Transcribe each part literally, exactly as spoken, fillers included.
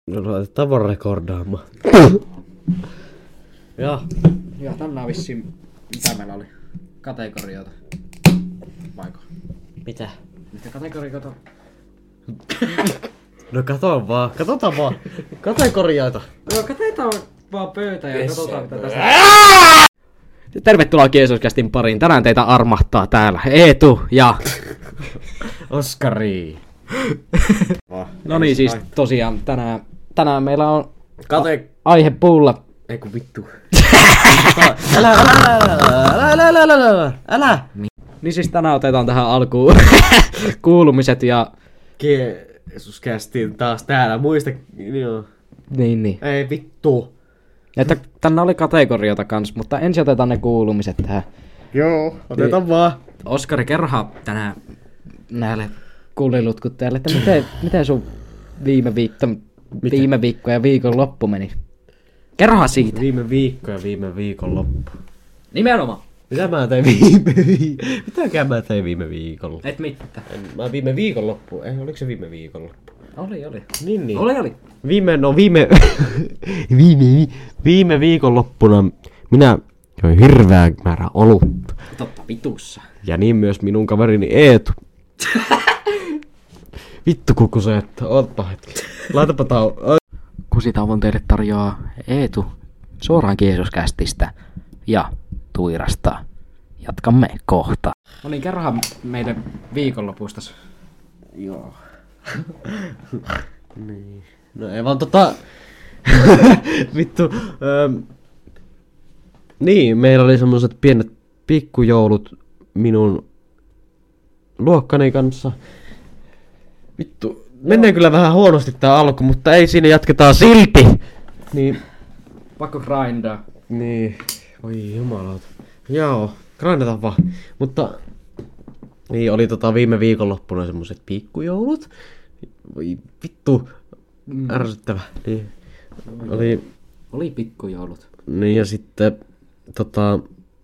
No laitetaan vaan rekordaamaan. Joo. Joo, tänään vissiin... Mitä meillä oli? Kategorioita. Vaiko? Mitä? Mitä kategorioita? No kato vaan, katsotaan vaan. Kategorioita. No katsotaan vaan pöytä ja katsotaan mitä tästä... Tervetuloa Jeesuskästin pariin. Tänään teitä armahtaa täällä Eetu ja... Oskari. No niin, siis tosiaan tänään, tänään meillä on Kate... a- aihe puulla. Eiku vittu. Älä, älä, älä, älä, älä, älä, älä, älä. Niin siis tänään otetaan tähän alkuun kuulumiset ja... Jeesuskästin taas täällä, muista... Joo. Niin, niin. Ei vittu. Että tänne oli kategorioita kans, mutta ensin otetaan ne kuulumiset tähän. Joo, otetaan niin. Vaan. Oskari, kerrohan tänään näille kuulilutkuttajille, että miten, miten sun viime viikko, viime viikko ja viikon loppu meni? Kerrohan siitä. Viime viikko ja viime viikon loppu. Nimenomaan. Mitä mä tein viime viikolla? Mitäkään mä tein viime viikolla? Et mitään. Mä viime viikon loppu. Ei, oliko se viime viikon loppu? Oli, oli. Niin, niin. Oli, oli. Viime, no viime, viime, viime viikon loppuna minä join hirveä määrä olutta. Totta vitussa. Ja niin myös minun kaverini Eetu. Vittu kuku että ootpa hetki. Laitapa tau... Kusitauon teille tarjoaa Eetu suoraan Jeesuskästistä ja Tuirasta. Jatkamme kohta. No niin, kerrohan meille viikonlopustas. Joo. Niin. No ei vaan tota... Vittu. Ähm... Niin, meillä oli semmoset pienet pikkujoulut minun luokkani kanssa. Vittu. Menee kyllä vähän huonosti tää alku, mutta ei siinä, jatketaan silti. Niin. Pakko grindaa. Niin. Oi jumalauta. Joo, grindataan vaan. Mutta... Niin, oli tota viime viikonloppuna semmoset pikkujoulut. Voi vittu. Mm. Ärsyttävä. Niin. Oli... Oli pikkujoulut. Niin ja sitten... Tota...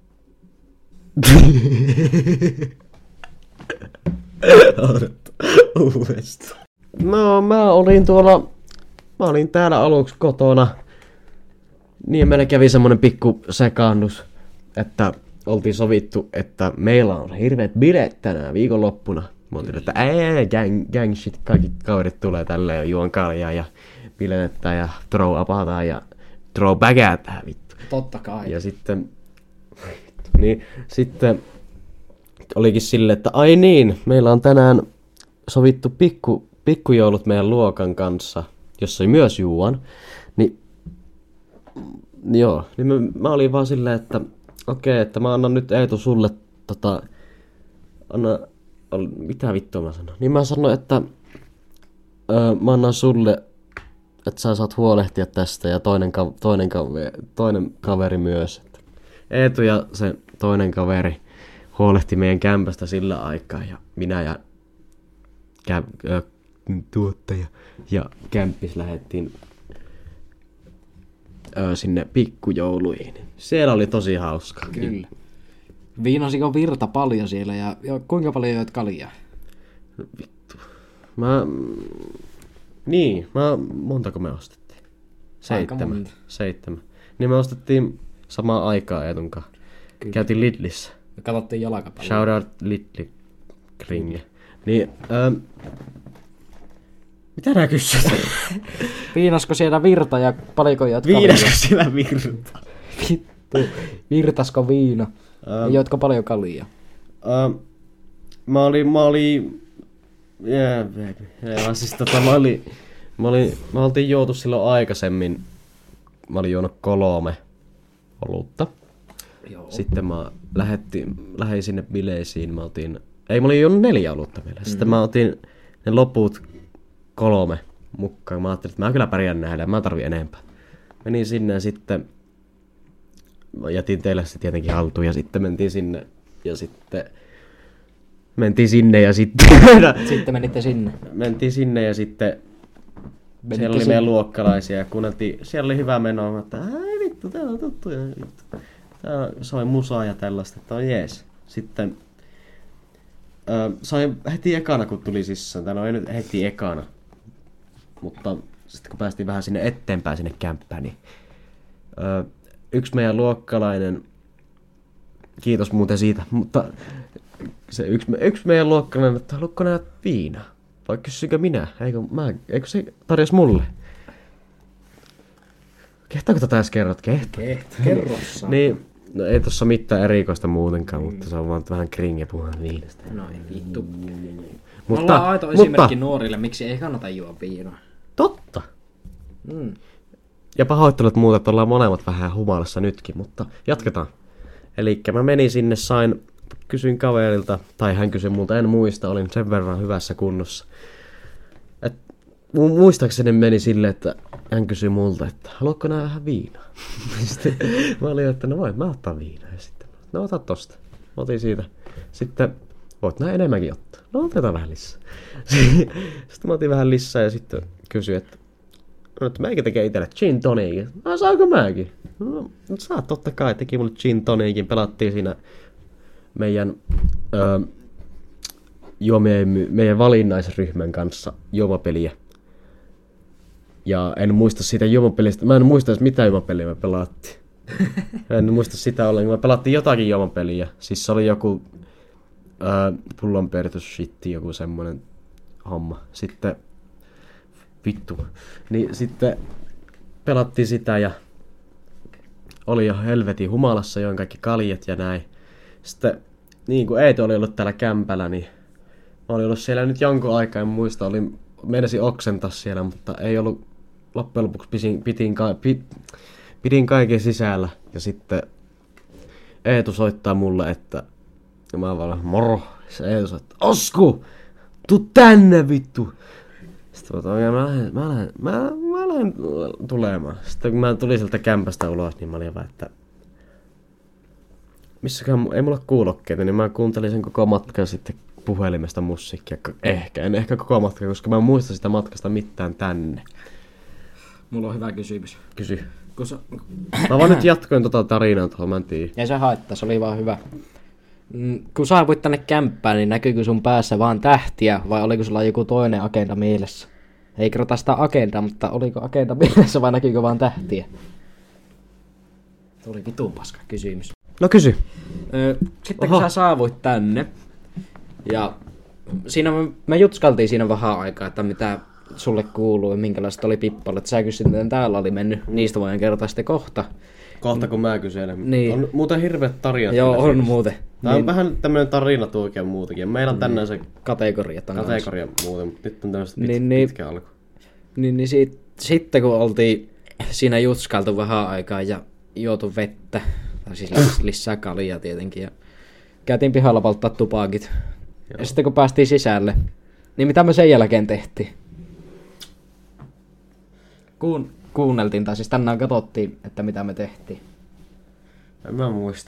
Uudestaan. No mä olin tuolla... Mä olin täällä aluksi kotona. Niin meillä kävi semmonen pikku sekaannus, että oltiin sovittu, että meillä on hirveet bileet tänään viikonloppuna. Mä oltiin, että ää, gang, gang shit, kaikki kaverit tulee tälleen ja juon kaljaa ja bilettä ja throw upataan ja throw bagätään vittu. Totta kai. Ja sitten... Niin, sitten olikin silleen, että ai niin, meillä on tänään sovittu pikku, pikkujoulut meidän luokan kanssa, jossa oli myös juon. Niin, joo, niin mä, mä olin vaan silleen, että okei, okay, että mä annan nyt Eetu sulle tota, anna, ol, mitä vittua mä sanoin? Niin mä sanoin, että öö, mä annan sulle, että sä saat huolehtia tästä ja toinen, ka, toinen, kaveri, toinen kaveri myös. Että Eetu ja se toinen kaveri huolehti meidän kämpästä sillä aikaa ja minä ja kä, ö, tuottaja ja kämppis lähdettiin ö, sinne pikkujouluihin. Siellä oli tosi hauskaa. Kyllä. Viinasiko virta paljon siellä ja, ja kuinka paljon joit kaljaa? No, vittu. Mä... Niin, mä... Montako me ostettiin? Seitsemän. Seitsemän. Niin me ostettiin samaan aikaan Eetunkaan. Käytiin Lidlissä. Me katsottiin jalkapalloa. Shout out Lidli Kringe. Niin, ähm... Mitä nää kysyt? Viinasko siellä virta ja paljonko joit kaljaa? Viinasko siellä virta? Vittu. Virtasko viina? Ähm, ja joitko paljon kaljaa? Ähm... Mä olin... Mä olin... Yeah, baby. Ja siis tota mä olin... Mä olin... Mä oltiin joutu silloin aikaisemmin. Mä olin juonut kolme olutta. Joo. Sitten mä lähettiin, lähdin sinne bileisiin, mä otin, ei mä olin juonut neljä olutta meillä. Mm-hmm. Sitten mä otin ne loput kolme mukaan. Mä ajattelin, että mä kyllä pärjään näillä, mä tarvin enempää. Menin sinne ja sitten mä jätin teille se tietenkin haltuun ja sitten mentiin sinne ja sitten mentiin sinne ja sitten Sitten menitte sinne. mentiin sinne ja sitten Menitte siellä oli sinne. meidän luokkalaisia ja kuunneltiin, siellä oli hyvä meno, mä että ai vittu, täällä on tuttuja vittu. Täällä soi musaa ja tällaista, että on jees. Sitten ö, sain heti ekana, kun tuli sisään. Täällä ei nyt heti ekana. Mutta sitten kun päästiin vähän sinne eteenpäin sinne kämppään, niin öö, yksi meidän luokkalainen, kiitos muuten siitä, mutta se yksi, yksi meidän luokkalainen, että haluatko näet viinaa? Vai kysykö minä? Eikö, mä, eikö se tarjos mulle? Kehtaako tätä edes kerrot? Kehtaa. Keht, kerrossa. Niin, no ei tossa mitään erikoista muutenkaan, mm. mutta se on vaan vähän kringe puhua viinasta. No ei vittu. Mutta, ollaan aito mutta, esimerkki nuorille, miksi ei kannata juo viinaa. Totta. Mm. Ja pahoittelut muuta, että ollaan molemmat vähän humalassa nytkin, mutta jatketaan. Elikkä mä menin sinne, sain, kysyin kaverilta, tai hän kysyi multa, en muista, olin sen verran hyvässä kunnossa. Et, muistaakseni meni silleen, että hän kysyi multa, että haluatko nää vähän viinaa? Sitten mä olin, että no voin mä ottaa viinaa. Ja sitten, no ota tosta. Mä otin siitä. Sitten voit nää enemmänkin ottaa. No otetaan vähän lisää. Sitten mä otin vähän lisää ja sitten kysyin, että no, että mäkin tekee itselle gin tonikin. No saanko mäkin? No saat totta kai, teki mulle gin tonikin. Pelattiin siinä meidän, öö, juomien, meidän valinnaisryhmän kanssa juomapeliä. Ja en muista siitä juomapelistä. Mä en muista edes mitä juomapeliä me pelattiin. En muista sitä ollenkaan. Me pelattiin jotakin juomapeliä. Siis se oli joku öö, pullonpiertys shitti, joku semmonen homma. Sitten vittu. Niin sitten pelattiin sitä ja oli jo helvetin humalassa, join kaikki kaljet ja näin. Sitten niin kuin Eetu oli ollut täällä kämpällä, niin mä olin ollut siellä nyt jonkun aikaa, en muista, olin, meinasin oksentaa siellä, mutta ei ollut, loppujen lopuksi pidin, pidin, pidin, pidin kaiken sisällä. Ja sitten Eetu soittaa mulle, että ja mä vaan moro. Se Eetu soittaa, Osku, tuu tänne vittu. Sitten mä, mä, lähden, mä, lähden, mä, mä lähden tulemaan. Sitten kun mä tulin sieltä kämpästä ulos, niin mä olin vaan, että missäkään, ei mulla kuulokkeita, niin mä kuuntelin sen koko matkan sitten puhelimesta musiikkia. Ehkä, en ehkä koko matkaa, koska mä en muista sitä matkasta mitään tänne. Mulla on hyvä kysymys. Kysy. Kun sä... Mä vaan nyt jatkoin tota tarinaa tuohon, mä en tiedä. Ei se haittaa, se oli vaan hyvä. Kun saavuit tänne kämppään, niin näkyykö sun päässä vaan tähtiä, vai oliko sulla joku toinen agenda mielessä? Ei kerrota sitä agendaa, mutta oliko agenda mielessä vai näkyykö vaan tähtiä? Tuli vitun paska kysymys. No kysy. Öö, sitten Oho. kun sä saavuit tänne, ja siinä me, me jutskaltiin siinä vähän aikaa, että mitä sulle kuuluu ja minkälaiset oli pippalot. Sä kysyt, miten täällä oli mennyt. Niistä voin kertoa sitten kohta. Kohta kun mä kysyn. Niin. On muuten hirveät tarinat. Joo, on siitä. Muuten. Tää on niin. vähän tämmönen tarina tuokin muutenkin. Meillä on tänään se kategoriat on kategoria muuten, mutta nyt on tämmöistä pit, niin, niin, pitkä alku. Niin, niin sit, sitten kun oltiin siinä jutskailtu vähän aikaa ja juotu vettä, tai siis lisää kaljaa tietenkin, ja käytiin pihalla polttaa tupakit. Joo. Ja sitten kun päästiin sisälle, niin mitä me sen jälkeen tehtiin? Kuun, kuunneltiin, tai siis tänään katsottiin, että mitä me tehtiin. En mä muista.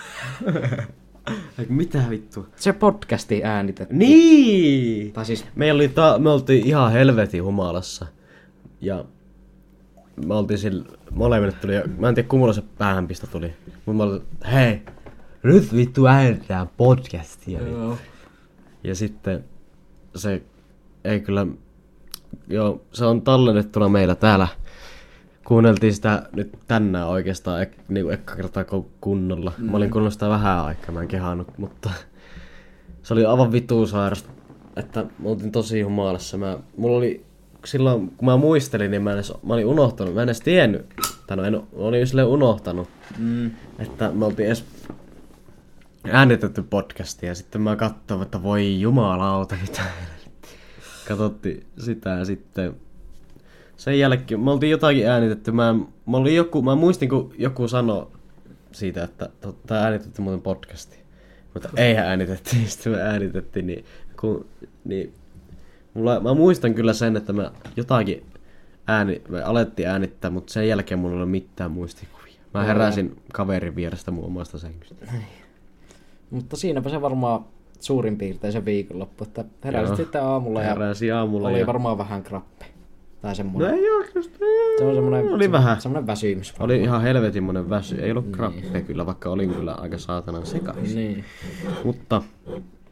Mitä vittu? Se podcasti äänitettiin. Niin! Tai siis... Me, oli ta- me oltiin ihan helvetin humalassa. Ja me oltiin sillä, molemmille tuli, mä en tiedä kummulla se päähänpistä tuli. Mutta mä olin, hei, nyt vittu äänitetään podcastia. Joo. Ja sitten se ei kyllä, joo, se on tallennettuna meillä täällä. Kuunneltiin sitä nyt tänään oikeastaan ek, niinku ekka kertaa kunnolla. Mm. Mä olin kuunnellut sitä vähän aikaa, mä en kehannut, mutta se oli aivan vitun sairasta, että mä oltiin tosi humalassa. Mä, mulla oli, silloin kun mä muistelin, niin mä, en edes, mä olin unohtanut, mä en edes tiennyt, tai no en, mä olin jo silleen unohtanut, mm. että me oltiin edes äänitetty podcastia ja sitten mä katsoin, että voi jumalauta, mitä katsottiin sitä ja sitten sen jälkeen me oltiin jotakin äänitetty. Mä, mä, olin joku, mä muistin, kun joku sanoi siitä, että tää äänitetty muuten podcastia. Mutta eihän äänitettiin, sitten me äänitettiin. Niin, kun, niin, mulla, mä muistan kyllä sen, että mä jotakin ääni, me alettiin äänittää, mutta sen jälkeen mulla ei ole mitään muistikuvia. Mä heräsin kaverin vierestä mun omasta sänkystä. Mutta siinäpä se varmaan suurin piirtein se viikonloppu, että heräsit sitten aamulla ja aamulla oli ja... varmaan vähän krappe. Tai semmoinen. No ei oikeastaan. Se on semmoinen, oli vähän. Semmoinen väsymys. Oli ihan helvetinmoinen väsy. Ei ollut krappe niin. Kyllä, vaikka olin kyllä aika saatanan sekaisin. Niin. Mutta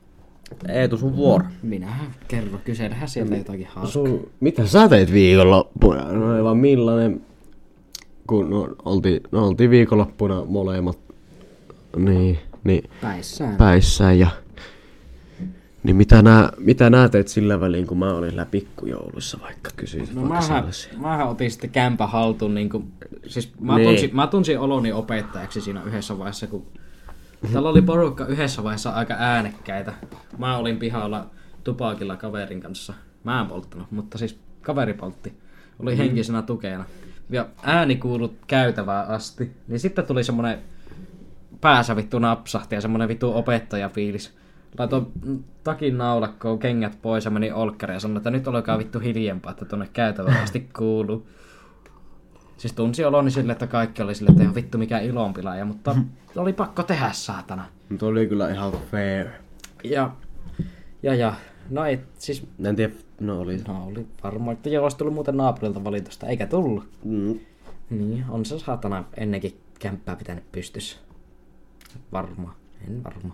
Eetu, sun vuoro. Minähän kerro, kyselehän sieltä jotakin hauskaa. Sun, mitä sä teit viikonloppuna? No aivan millainen, kun no, oltiin, no, oltiin viikonloppuna molemmat niin, niin, Päissään. päissään ja niin mitä nää, mitä nää teit sillä väliin, kun mä olin siellä pikkujouluissa, vaikka kysyisit No vaikka mähän, sellaisia. mähän otin sitten kämpä haltuun, niin kuin, siis mä, Niin. tunsin, mä tunsin oloni opettajaksi siinä yhdessä vaiheessa, kun täällä oli porukka yhdessä vaiheessa aika äänekkäitä. Mä olin pihalla tupakilla kaverin kanssa. Mä en polttanut, mutta siis kaveri poltti. Oli henkisenä tukena. Ja ääni kuului käytävään asti. Niin sitten tuli semmonen päässä vittu napsahti ja semmonen vittu opettajafiilis. Laitoin takin naulakkoon kengät pois ja meni olkkariin ja sanoi, että nyt olkaa vittu hiljempaa, että tonne käytävään asti kuuluu. Siis tunsi oloni sille, että kaikki oli sille, että ihan vittu mikä ilonpilaaja, mutta oli pakko tehdä, saatana. Mutta oli kyllä ihan fair. Ja, ja, ja, no ei, siis, En tiedä, no oli. no oli varmaan, että joo, olisi tullut muuten naapurilta valitusta, eikä tullut. Mm. Niin, on se saatana ennenkin kämppää pitänyt pystyssä. Varmaan, en varmaan.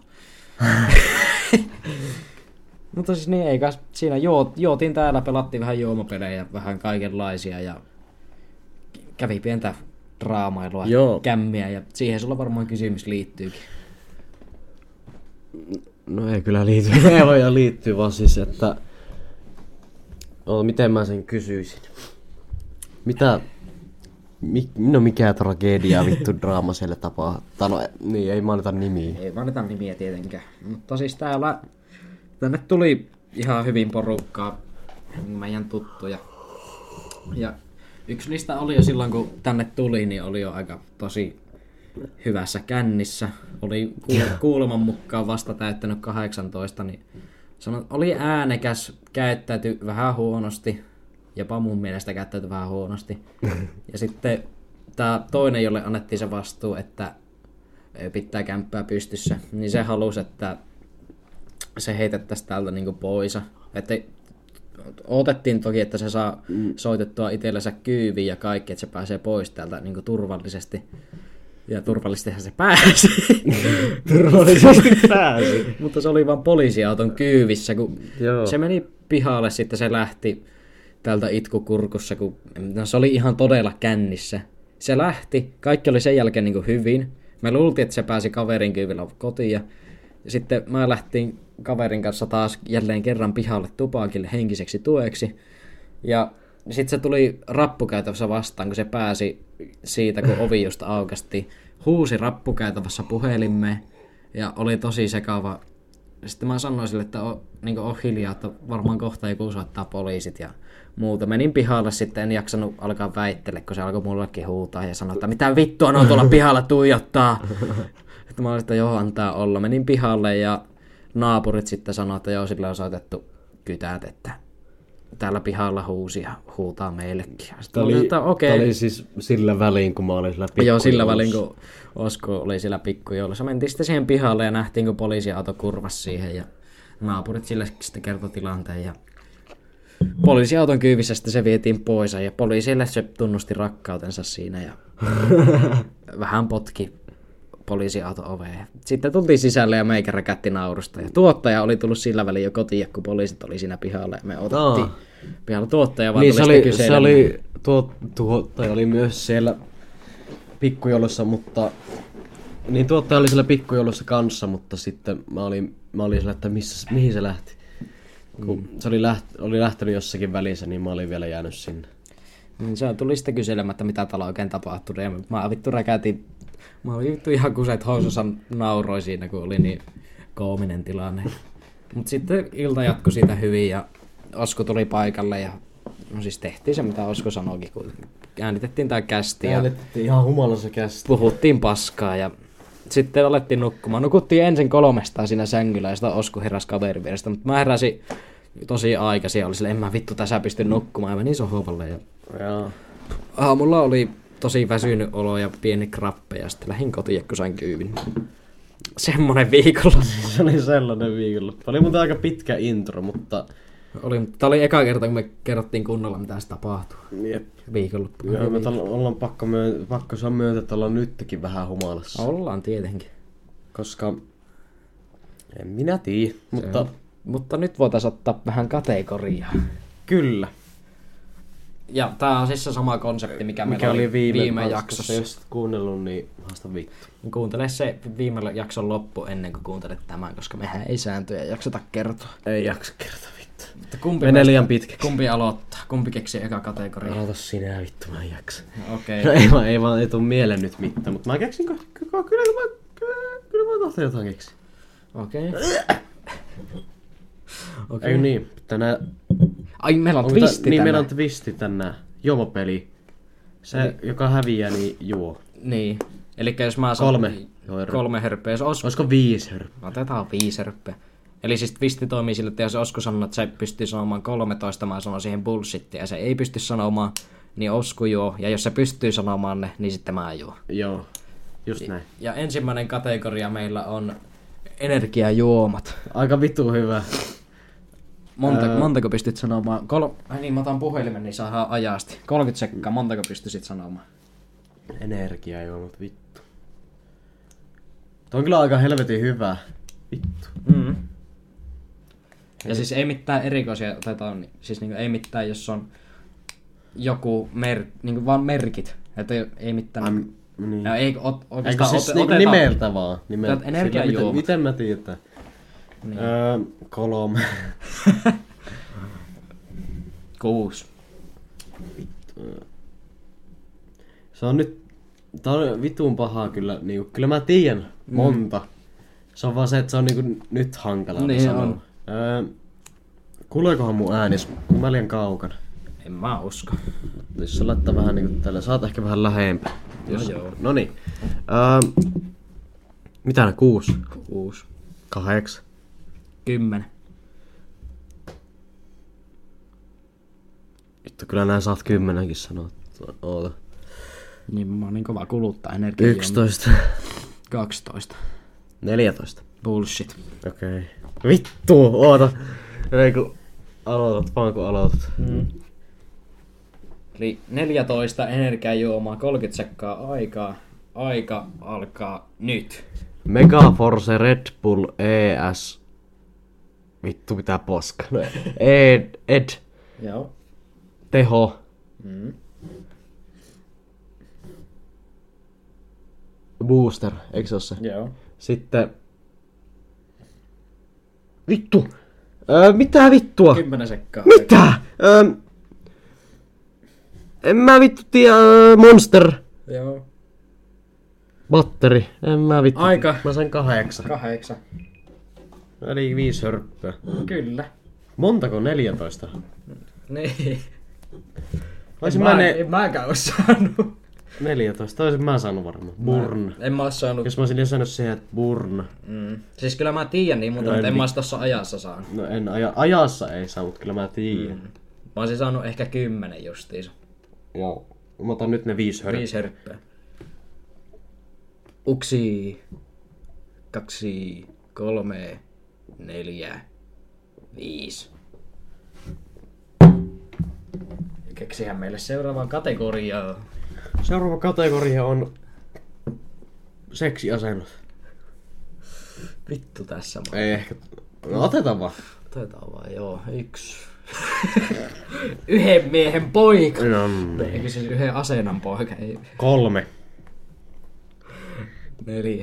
Mutta siis niin, eikä siinä juo, juotiin täällä, pelattiin vähän juomapelejä, vähän kaikenlaisia ja kävi pientä draamailua, Joo. kämmiä ja siihen sulla varmaan kysymys liittyykin. No ei kyllä liity. Ei voi liittyy vaan siis, että no, miten mä sen kysyisin. Mitä, mi, no mikä tragedia vittu draama siellä tapahtuu. No niin, ei mainita nimiä. Ei mainita nimiä tietenkään, mutta siis täällä tänne tuli ihan hyvin porukkaa, meidän tuttuja. Ja yksi niistä oli jo silloin, kun tänne tuli, niin oli jo aika tosi hyvässä kännissä. Oli kuul- kuuleman mukaan vasta täyttänyt kahdeksantoista, niin sanon, oli äänekäs, käyttäytyi vähän huonosti. Jopa mun mielestä käyttäytyi vähän huonosti. Ja sitten tämä toinen, jolle annettiin se vastuu, että pitää kämppää pystyssä, niin se halusi, että se heitettäisiin täältä niinku pois. Että odotettiin toki, että se saa soitettua itsellensä kyyviin ja kaikki, että se pääsee pois täältä niinku turvallisesti. Ja turvallisestihan se pääsi. Turvallisesti pääsi. Mutta se oli vaan poliisiauton kyyvissä, kun Joo. se meni pihalle, sitten se lähti täältä itkukurkussa, kun no, se oli ihan todella kännissä. Se lähti, kaikki oli sen jälkeen niin kuin hyvin. Me luultiin, että se pääsi kaverin kyyvillä kotiin ja sitten mä lähtin kaverin kanssa taas jälleen kerran pihalle tupakille henkiseksi tueksi. Ja sitten se tuli rappukäytävässä vastaan, kun se pääsi siitä, kun ovi just aukasti. Huusi rappukäytävässä puhelimeen ja oli tosi sekava. Sitten mä sanoin sille, että o, niin oo hiljaa, että varmaan kohta joku soittaa poliisit ja muuta. Menin pihalle sitten, en jaksanut alkaa väittele, kun se alkoi mullekin huutaa ja sanoi, että mitä vittua ne on tuolla pihalla tuijottaa. Sitten mä olin, että joo, antaa olla. Menin pihalle ja naapurit sitten sanoi, että joo, sille on soitettu kytät, että täällä pihalla huusi ja huutaa meillekin. Tämä oli, että, okay. Tämä oli siis sillä väliin, kun mä olin siellä pikkujoulussa. Joo, sillä väliin, kun Osko oli siellä pikkujoulussa. Mentiin sitten siihen pihalle ja nähtiin, kun poliisiauto kurvasi siihen ja naapurit sille sitten kertoi tilanteen. Ja poliisiauton kyyvissä sitten se vietiin pois ja poliisille se tunnusti rakkautensa siinä ja vähän potki poliisiauto oveen. Sitten tultiin sisälle ja meikä räkätti naurusta. Ja tuottaja oli tullut sillä välin jo kotiin, kun poliisit oli siinä pihalla ja me otettiin Aa. pihalla tuottaja vaan niin, tuli se oli, se oli, tuo, tuottaja oli myös siellä pikkujoulussa, mutta niin tuottaja oli siellä pikkujoulussa kanssa, mutta sitten mä olin, mä olin siellä, että missä, mihin se lähti. Kun mm. se oli, läht, oli lähtenyt jossakin välissä, niin mä olin vielä jäänyt sinne. Se tuli sitten kyselemättä, mitä täällä oikein tapahtui. Ja mä vittu räkätin. Mä olin vittu ihan kuset housussa nauroi siinä, kun oli niin koominen tilanne. Mut sitten ilta jatkui siitä hyvin ja Osko tuli paikalle ja no siis tehtiin se, mitä Osko sanoikin, kun äänitettiin tää kästi. Äänitettiin ihan humalassa kästi. Puhuttiin paskaa ja sitten alettiin nukkumaan. Nukuttiin ensin kolmestaan siinä sängyllä ja sitä Osko heräsi kaverin vierestä, mutta mä heräsin tosi aikaisin ja oli silleen, en mä vittu tässä pysty nukkumaan ja menin sohvalle. Ja Jaa. aamulla oli tosi väsynyt olo ja pieni krappe ja sitten lähdin kotiin, kun sain kyyvin. Semmonen viikolla. Se oli sellainen viikolla. Oli muuten aika pitkä intro, mutta oli, tää oli eka kerta, kun me kerrottiin kunnolla, mitä se tapahtuu. Jep. Viikonloppu. Joo, me tal- ollaan pakko, myö- pakko saa myöntää, että ollaan nytkin vähän humalassa. Ollaan tietenkin. Koska en minä tiedä, mutta Mutta nyt voitaisiin ottaa vähän kategoriaa. Kyllä. Ja tää on siis se sama konsepti, mikä, Mikä meillä oli viime, viime jaksossa. Jos et kuunnellut, niin haasta vittu. Kuuntele se viime jakson loppu ennen kuin kuuntelet tämän, koska mehän ei sääntöjä jakseta kertoa. Ei jaksa kertoa vittu. Mutta kumpi Menee meistä- liian pitkäksi. Kumpi aloittaa? Kumpi keksii eka kategoria? Aloita sinä vittu, mä en jaksa. Okei. No ei vaan, ei vaan, ei tuu mieleen nyt mitään, mutta mä keksin, kyllä, kyllä, kyllä, mä, kyllä, kyllä mä tahtoin jotain keksin. Okei. Ei niin, tänään... Ai, meillä on onko twisti tää- Niin, tänään. meillä on twisti tänään. Juomapeli. Se, Eli- joka häviää, niin juo. Niin. Elikkä jos mä saan... Kolme. Joo, herra. Kolme hörppöä. Jos Osku... Olisiko viisi herra? Otetaan viisi hörppöä. Eli siis twisti toimii sille, että jos Osku sanoo, että se pystyy sanomaan kolmetoista, mä sanon siihen bullshittia, ja se ei pysty sanomaan, niin Osku juo. Ja jos se pystyy sanomaan ne, niin sitten mä juo. Joo, just näin. Ja ensimmäinen kategoria meillä on energiajuomat. Aika vittu hyvä. Monta, Ää. Montako pystyt sanomaan? Kol... Ai niin, mä otan puhelimen, niin saadaan ajasti. kolmekymmentä sekkaa, montako pystyisit sanomaan? Energiajuomat, vittu. Tuo on kyllä aika helvetin hyvä. Vittu. Mm. Ja siis ei mitään erikoisia otetaan, niin- siis niinku ei mitään, jos on joku mer... niinku vaan merkit. Että ei, ei mitään... Am, niin. Ja ei ot, Eikö oikeastaan siis ote, niinku otetaan... nimeltä vaan? Nimeltä. Täältä energiajuomat. Miten, miten mä tiedän? Niin. Öö, kolme. Kuusi. Se on nyt... Tää on vitun pahaa kyllä. Niinku, kyllä mä tiedän monta. Se on vaan se, että se on niinku nyt hankala Niin sanoa. on. Öö, kuuleekohan mun äänis? Mä liian kaukana. En mä usko. Jos sä laittaa vähän niinku tällä, saat ehkä vähän lähempää. No joo. Noniin. Öö, mitä ne? Kuusi? Kuusi. Kahdeksan? Kymmenen. Vittu, kyllä nää saat kymmenenkin sanoa. Oota. Niin mä oon niin kova kuluttaa energiaa. Yksitoista. kaksitoista. Neljätoista. Bullshit. Okei. Okay. Vittu, oota. Ei kun aloitat, vaan kun aloitat. Mm. Eli neljätoista energiajuomaa, kolmekymmentä sekkaa aikaa. Aika alkaa nyt. Megaforce Red Bull E S. Vittu mitä poska. No, Ed, Ed. Joo. Teho. Mm. Booster, eikö se oo se? Joo. Sitten... Vittu! Öö, mitä vittua? Kymmenen sekkaa. Mitä? Öö, en mä vittu tiedä. Öö, Monster. Joo. Batteri. En mä vittu. Aika. Mä sain kahdeksan. Kahdeksan. Eli viisi hörppöä. Kyllä. Montako? neljätoista? Niin. Olisin en mä mä, ne... en mäkään oo saanut. neljätoista. Olisin mä saanut varmaan. Burn. En mä oo saanut. Jos mä olisin lisännyt siihen, että burn. Mm. Siis kyllä mä tiedän niin, mutta Kyllä en, en en mä ois tossa ajassa saanut. No en aja, ajassa ei saa, mutta kyllä mä tiedän. Mm. Mä oisin saanut ehkä kymmenen justiinsa. Joo. Mä otan nyt ne viisi hörppöä. Viisi hörppöä. Uksi. Kaksi. Kolme. Neljä. Viisi. Keksihän meille seuraavaan kategoriaan. Seuraava kategoria on seksiasennot. Vittu tässä mä. Ei ehkä... No, otetaan vaan. Otetaan vaan, joo. Yksi. Yhden miehen poika. No, Eikö siis yhden asennan poika? Ei. kolme. Neljä.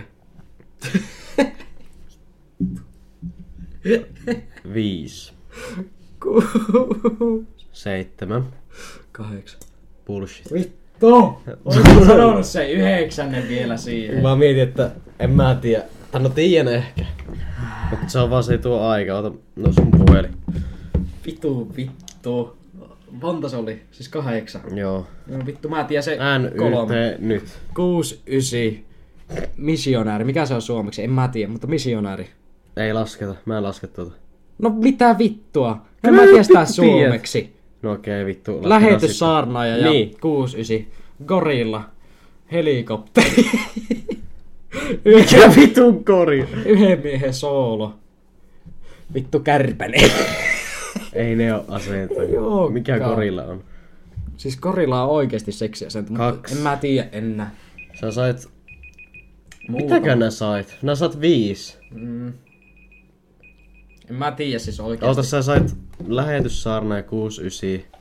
Viisi. Kuusi. Seitsemän. Kahdeksan. Bullshit. Vittu! Oletko sanonut sen yhdeksännen vielä siihen? Mä mietin, että en mä tiedä. Tai no tiedän ehkä. Mutta se on vaan se tuo aika. Ota, no sun puhelin. Vittu, vittu. Monta se oli? Siis kahdeksan. Joo. No vittu, mä tiedän se N kolme. Y T nyt. Kuusi, ysi. Missionääri. Mikä se on suomeksi? En mä tiedä, mutta missionääri. Ei lasketa. Mä en laske tuota. No mitä vittua? En Kyllä mä tiedä sitä vittu suomeksi. No okei, okay, vittu. lasketaan Lähetyssaarnaaja ja Niin. kuusi, ysi. Gorilla. Helikopteri. Mikä vitun kori? Yhden miehen soolo. Vittu kärpänen. Ei ne oo aseita. Joo, Mikä ka- korilla on? Siis gorilla on oikeesti seksiasento, mutta Kaksi. en mä tiedä enää. Sä sait... Muuta. Mitäkö nää sait? Nää sait viisi. Mm. En mä tiedä siis oikeesti. Oota, sä sait lähetyssaarna ja kuusi yhdeksän.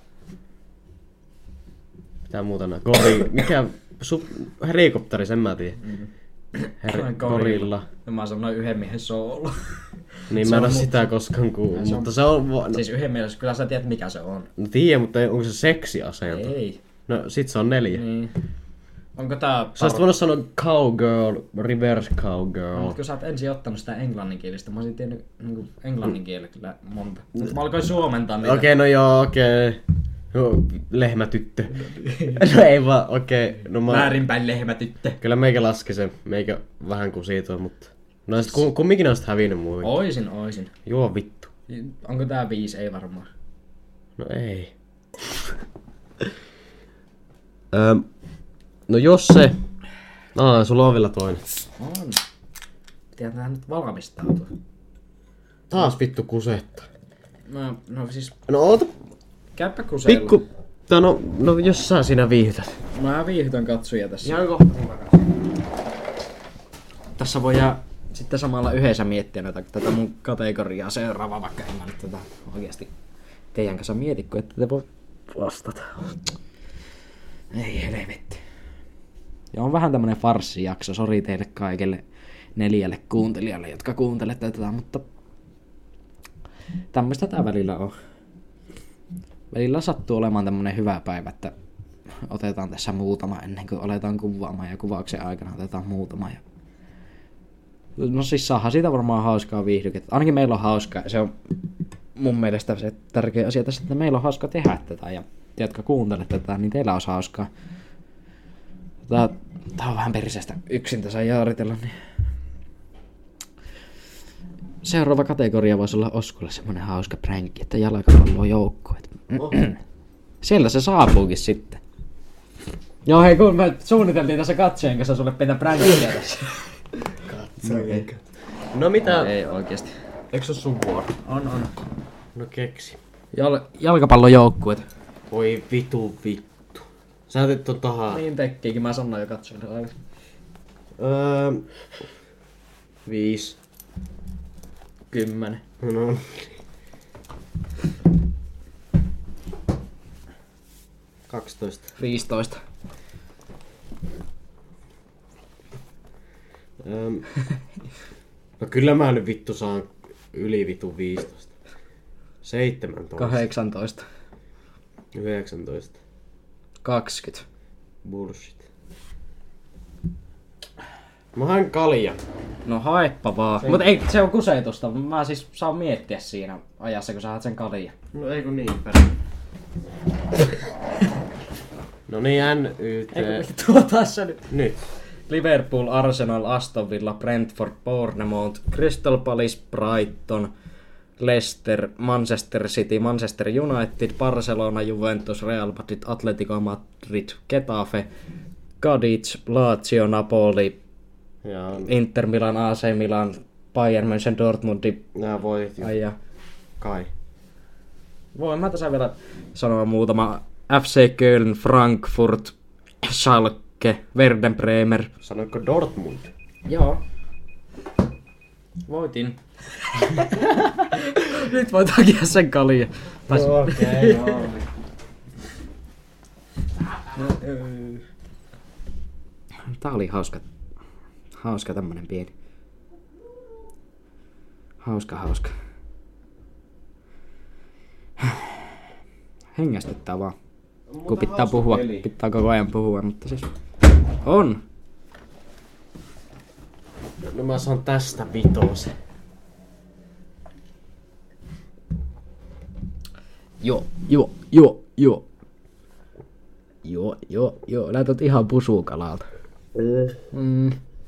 Mitä muuta nää? Gori... Mikä... Su... Helikopteri, sen mä tiedän. Mm. Her... Gorilla. No mä sanoin yhden miehen soolo. Niin mä en oo sitä koskaan kuullut, mutta se on... No. Siis yhden miehen, kyllä sä tiedät mikä se on. No tiedän, mutta onko se seksiasento? Ei. No sit se on neljä. Niin. Onko tää... Sä olisit voinut sanoa cowgirl, reverse cowgirl. No, kun sä oot ensin ottanut sitä englanninkielistä, mä olisin tiennyt niin englanninkielellä kyllä monta. Mä alkoin suomentaa niitä. Okei, okay, no joo, okei. Okay. No, lehmätyttö. No ei vaan, okei. Okay. No, mä... Väärinpäin lehmätyttö. Kyllä meikä laski sen, meikä vähän kuin siitä on, mutta... No sit kum, kumminkin on sit hävinnyt muutenkin. Oisin, oisin. Joo vittu. Onko tää viisi? Ei varmaan. No ei. Öö, no jos se... Aa, sulla on vielä toinen. On. Pitää tää nyt valmistautua. Taas vittu kusetta. No, no siis... No oota. Käypä kuseilla. Pikku... Tää no, no jos sä siinä viihdytät. Mä viihdytän katsoja tässä. Ihan kohta. Tässä voi sitten samalla yhdessä miettiä näitä, tätä mun kategoriaa seuraavaa, vaikka en mä nyt tätä oikeesti teidän kanssa mieti, kun ette te voi vastata. Ei helvetti. Ja on vähän tämmönen farssijakso, sori teille kaikille neljälle kuuntelijalle, jotka kuuntelette tätä, mutta tämmöistä tää välillä on. Välillä sattuu olemaan tämmönen hyvä päivä, että otetaan tässä muutama ennen kuin aletaan kuvaamaan ja kuvauksen aikana otetaan muutama. Ja... No siis saadaan siitä varmaan hauskaa viihdykettä. Ainakin meillä on hauskaa. Se on mun mielestä se tärkeä asia tässä, että meillä on hauska tehdä tätä. Ja te, jotka kuuntelette tätä, niin teillä on hauskaa. Tää, tää on vähän perisestä yksin tässä jaaritella. Niin... Seuraava kategoria voisi olla Oskulle semmonen hauska pränkki, että jalkapallo joukkueet. Oh. Sieltä se saapuukin sitten. Joo hei, kun me suunniteltiin tässä katseen kanssa sulle pitää pränkkiä tässä. Katseen. No mitä? No, ei oikeesti. Eikö se oo sun vuoro? On, on. No keksi. Jal- jalkapallojoukkueet. Voi vitu vittu. Sä otit ton tahaa. Niin tekkiikin, mä sanoin jo katsoin. Öö... Viis. Kymmenen. No. Kaksitoista. Viisitoista. Öm, no kyllä mä nyt vittu saan yli vittu viisitoista. Seitsemäntoista. Kahdeksantoista. Yhdeksäntoista. Kaksikymmentä. Bullshit. Mä haen kalja. No haeppa vaan. Mut ei, se on kusetusta. Mä siis saan miettiä siinä ajassa, kun sä haet sen kalja. No ei kun niin päin. No niin, N Y T. Eikö tuo tässä nyt? Nyt. Liverpool, Arsenal, Aston Villa, Brentford, Bournemouth, Crystal Palace, Brighton, Leicester, Manchester City, Manchester United, Barcelona, Juventus, Real Madrid, Atletico Madrid, Getafe, Cadiz, Lazio, Napoli, ja... Inter Milan, A C Milan, Bayern München, Dortmundi. Nää voi Ai ja. Kai. Voin mä tässä vielä sanoa muutama. F C Köln, Frankfurt, Schalke, Werder Bremer. Sanoitko Dortmund? Joo. Voitin. Nyt voit hakea sen kalja. No, okei, okay, Tää oli hauska. Hauska tämmönen pieni. Hauska, hauska. Hengästyttää vaan. Kun pitää puhua, peli. Pitää koko ajan puhua, mutta siis on. No mä saan tästä vitosen. Joo, joo, joo, joo. Joo, joo, joo. Näytät ihan pusukalalta. Mm.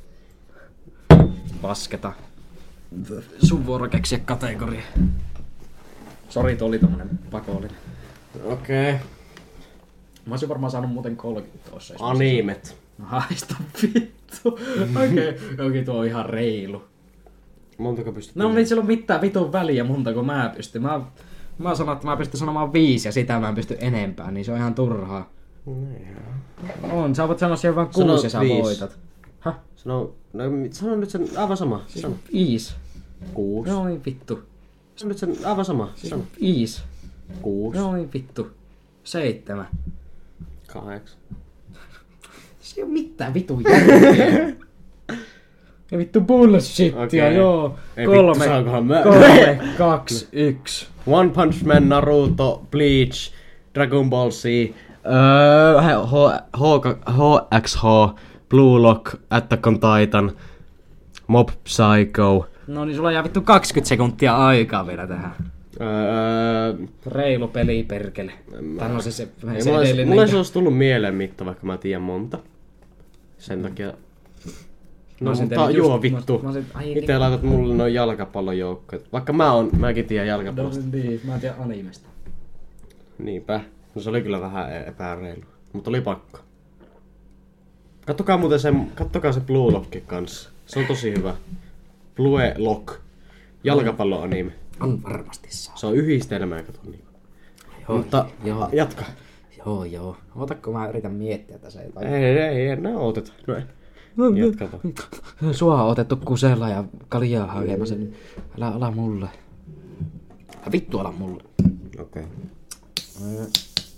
Pasketa. Sun vuoro keksiä kategoria. Sori, tuo oli tommonen pakollinen. Okei. Okay. Mä olisin varmaan saanut muuten kolmekymmentä tossa. Animet. No haista vittu. Okei, okay. okay, tuo on ihan reilu. Montako pystyt? No niin, sillä on mitään vitun väliä montako mä pystyn. Mä, mä sanon, että mä pystyn sanomaan viisi ja sitä mä en pysty enempää, niin se on ihan turhaa. No, on, sä voit sanoa siihen vaan kuusi ja sä viisi. voitat. Häh? Sano, no, sano nyt sen aivan sama. Siis sano. Viisi. Kuusi. No niin vittu. Sä nyt sen aivan sama. Sano. Viis. Kuusi. No niin vittu. Seitsemän. Kahdeksan. Se ei oo mitään vitun järkeä. Ja vittu bullshittia, Okei. joo. Ei Kolme, vittu, saankohan mä- kolme, kaksi, yksi. One Punch Man, Naruto, Bleach, Dragon Ball Z, öö, H, H, H X H, Blue Lock, Attack on Titan, Mob Psycho, No niin, sulla jää vittu kaksikymmentä sekuntia aikaa vielä tähän. öö, Reilu peli, perkele. Tai no se, se, ei, se mulla, olisi, edellinen. mulla ei se olisi tullut mieleen mitta, vaikka mä tiedän monta. Sen takia... No olisin mutta tehnyt joo just- vittu. mä- mä olisin- ai Itse laitat mulle noin jalkapallojoukkoja. Vaikka mä oon, mäkin tiedän No jalkapallosta. niin, mä en tiedä animesta. Niinpä. No se oli kyllä vähän e- epäreilu. Mutta oli pakko. Kattokaa muuten sen, kattokaa se Blue Lock kanssa. Se on tosi hyvä. Blue Lock. Jalkapalloanime. On varmasti saa. Se on yhdistelmää, kato niin. Joo, Mutta joo, jatka. joo, joo. Otakko mä yritän miettiä tässä jotain. Ei, ei, ei, enää ooteta. No ei. Jatka vaan. Sua on otettu kusella ja kaljaa hakemassa. Älä ala mulle. Ja vittu ala mulle. Okei. Öö,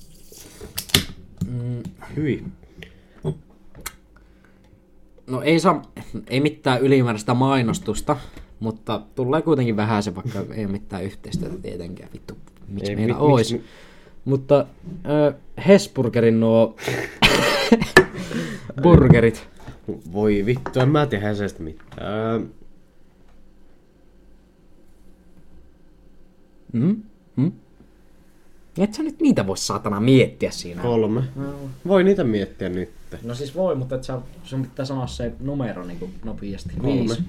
mm, Hyi. No ei saa, ei mitään ylimääräistä mainostusta, mutta tulee kuitenkin vähän se, vaikka ei ole mitään yhteistyötä tietenkään. Vittu, miksi Ei, meillä mi- ois. miksi- Mutta äh, Hesburgerin nuo burgerit. Voi vittu, en mä tiedä Hesestä mitään. Öö, Mm? Mm? Et sä nyt niitä voi saatana miettiä siinä. kolme. Voi niitä miettiä nyt. No siis voi, mutta et sä, sun pitää sanoa se numero niinku nopeasti. Kolme. Viisi.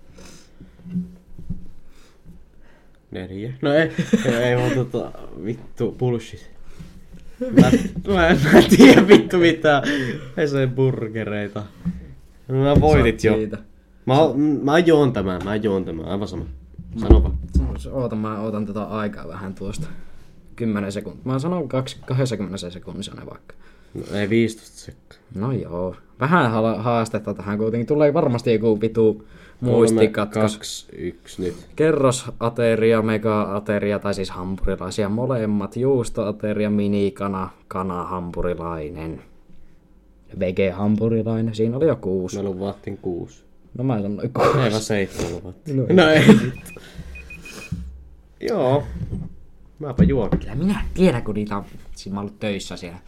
Neljä. No ei, ei, ei vaan tota, vittu, bullshit. Mä, mä, en, mä en tiedä vittu mitään Heseen burgereita. No, mä voitit jo. Siitä. Mä, mä joon tämän, mä joon tämän, aivan sama. Sanopa. Oota, mä otan tätä aikaa vähän tuosta. kymmenen sekuntia. Mä sanon kaksi, kaksikymmentä sekunnissa ne vaikka. No, ei viisitoista sekkaa. No joo. Vähän hala- haastetta tähän kuitenkin. Tulee varmasti joku vitu muistikatkos. kaksi, yksi nyt. Kerrosateria, mega-ateria, tai siis hampurilaisia molemmat. Juustoateria, minikana, kana, hampurilainen. Vege-hampurilainen. Siinä oli jo kuusi. Mä luvattiin kuusi. No mä sanoin kuusi. Ei vaan seitsemän luvattiin. No, No ei vittu. Joo. Mäpä juon. Kyllä minä tiedän, kun niitä on... Siinä mä oon ollut töissä siellä.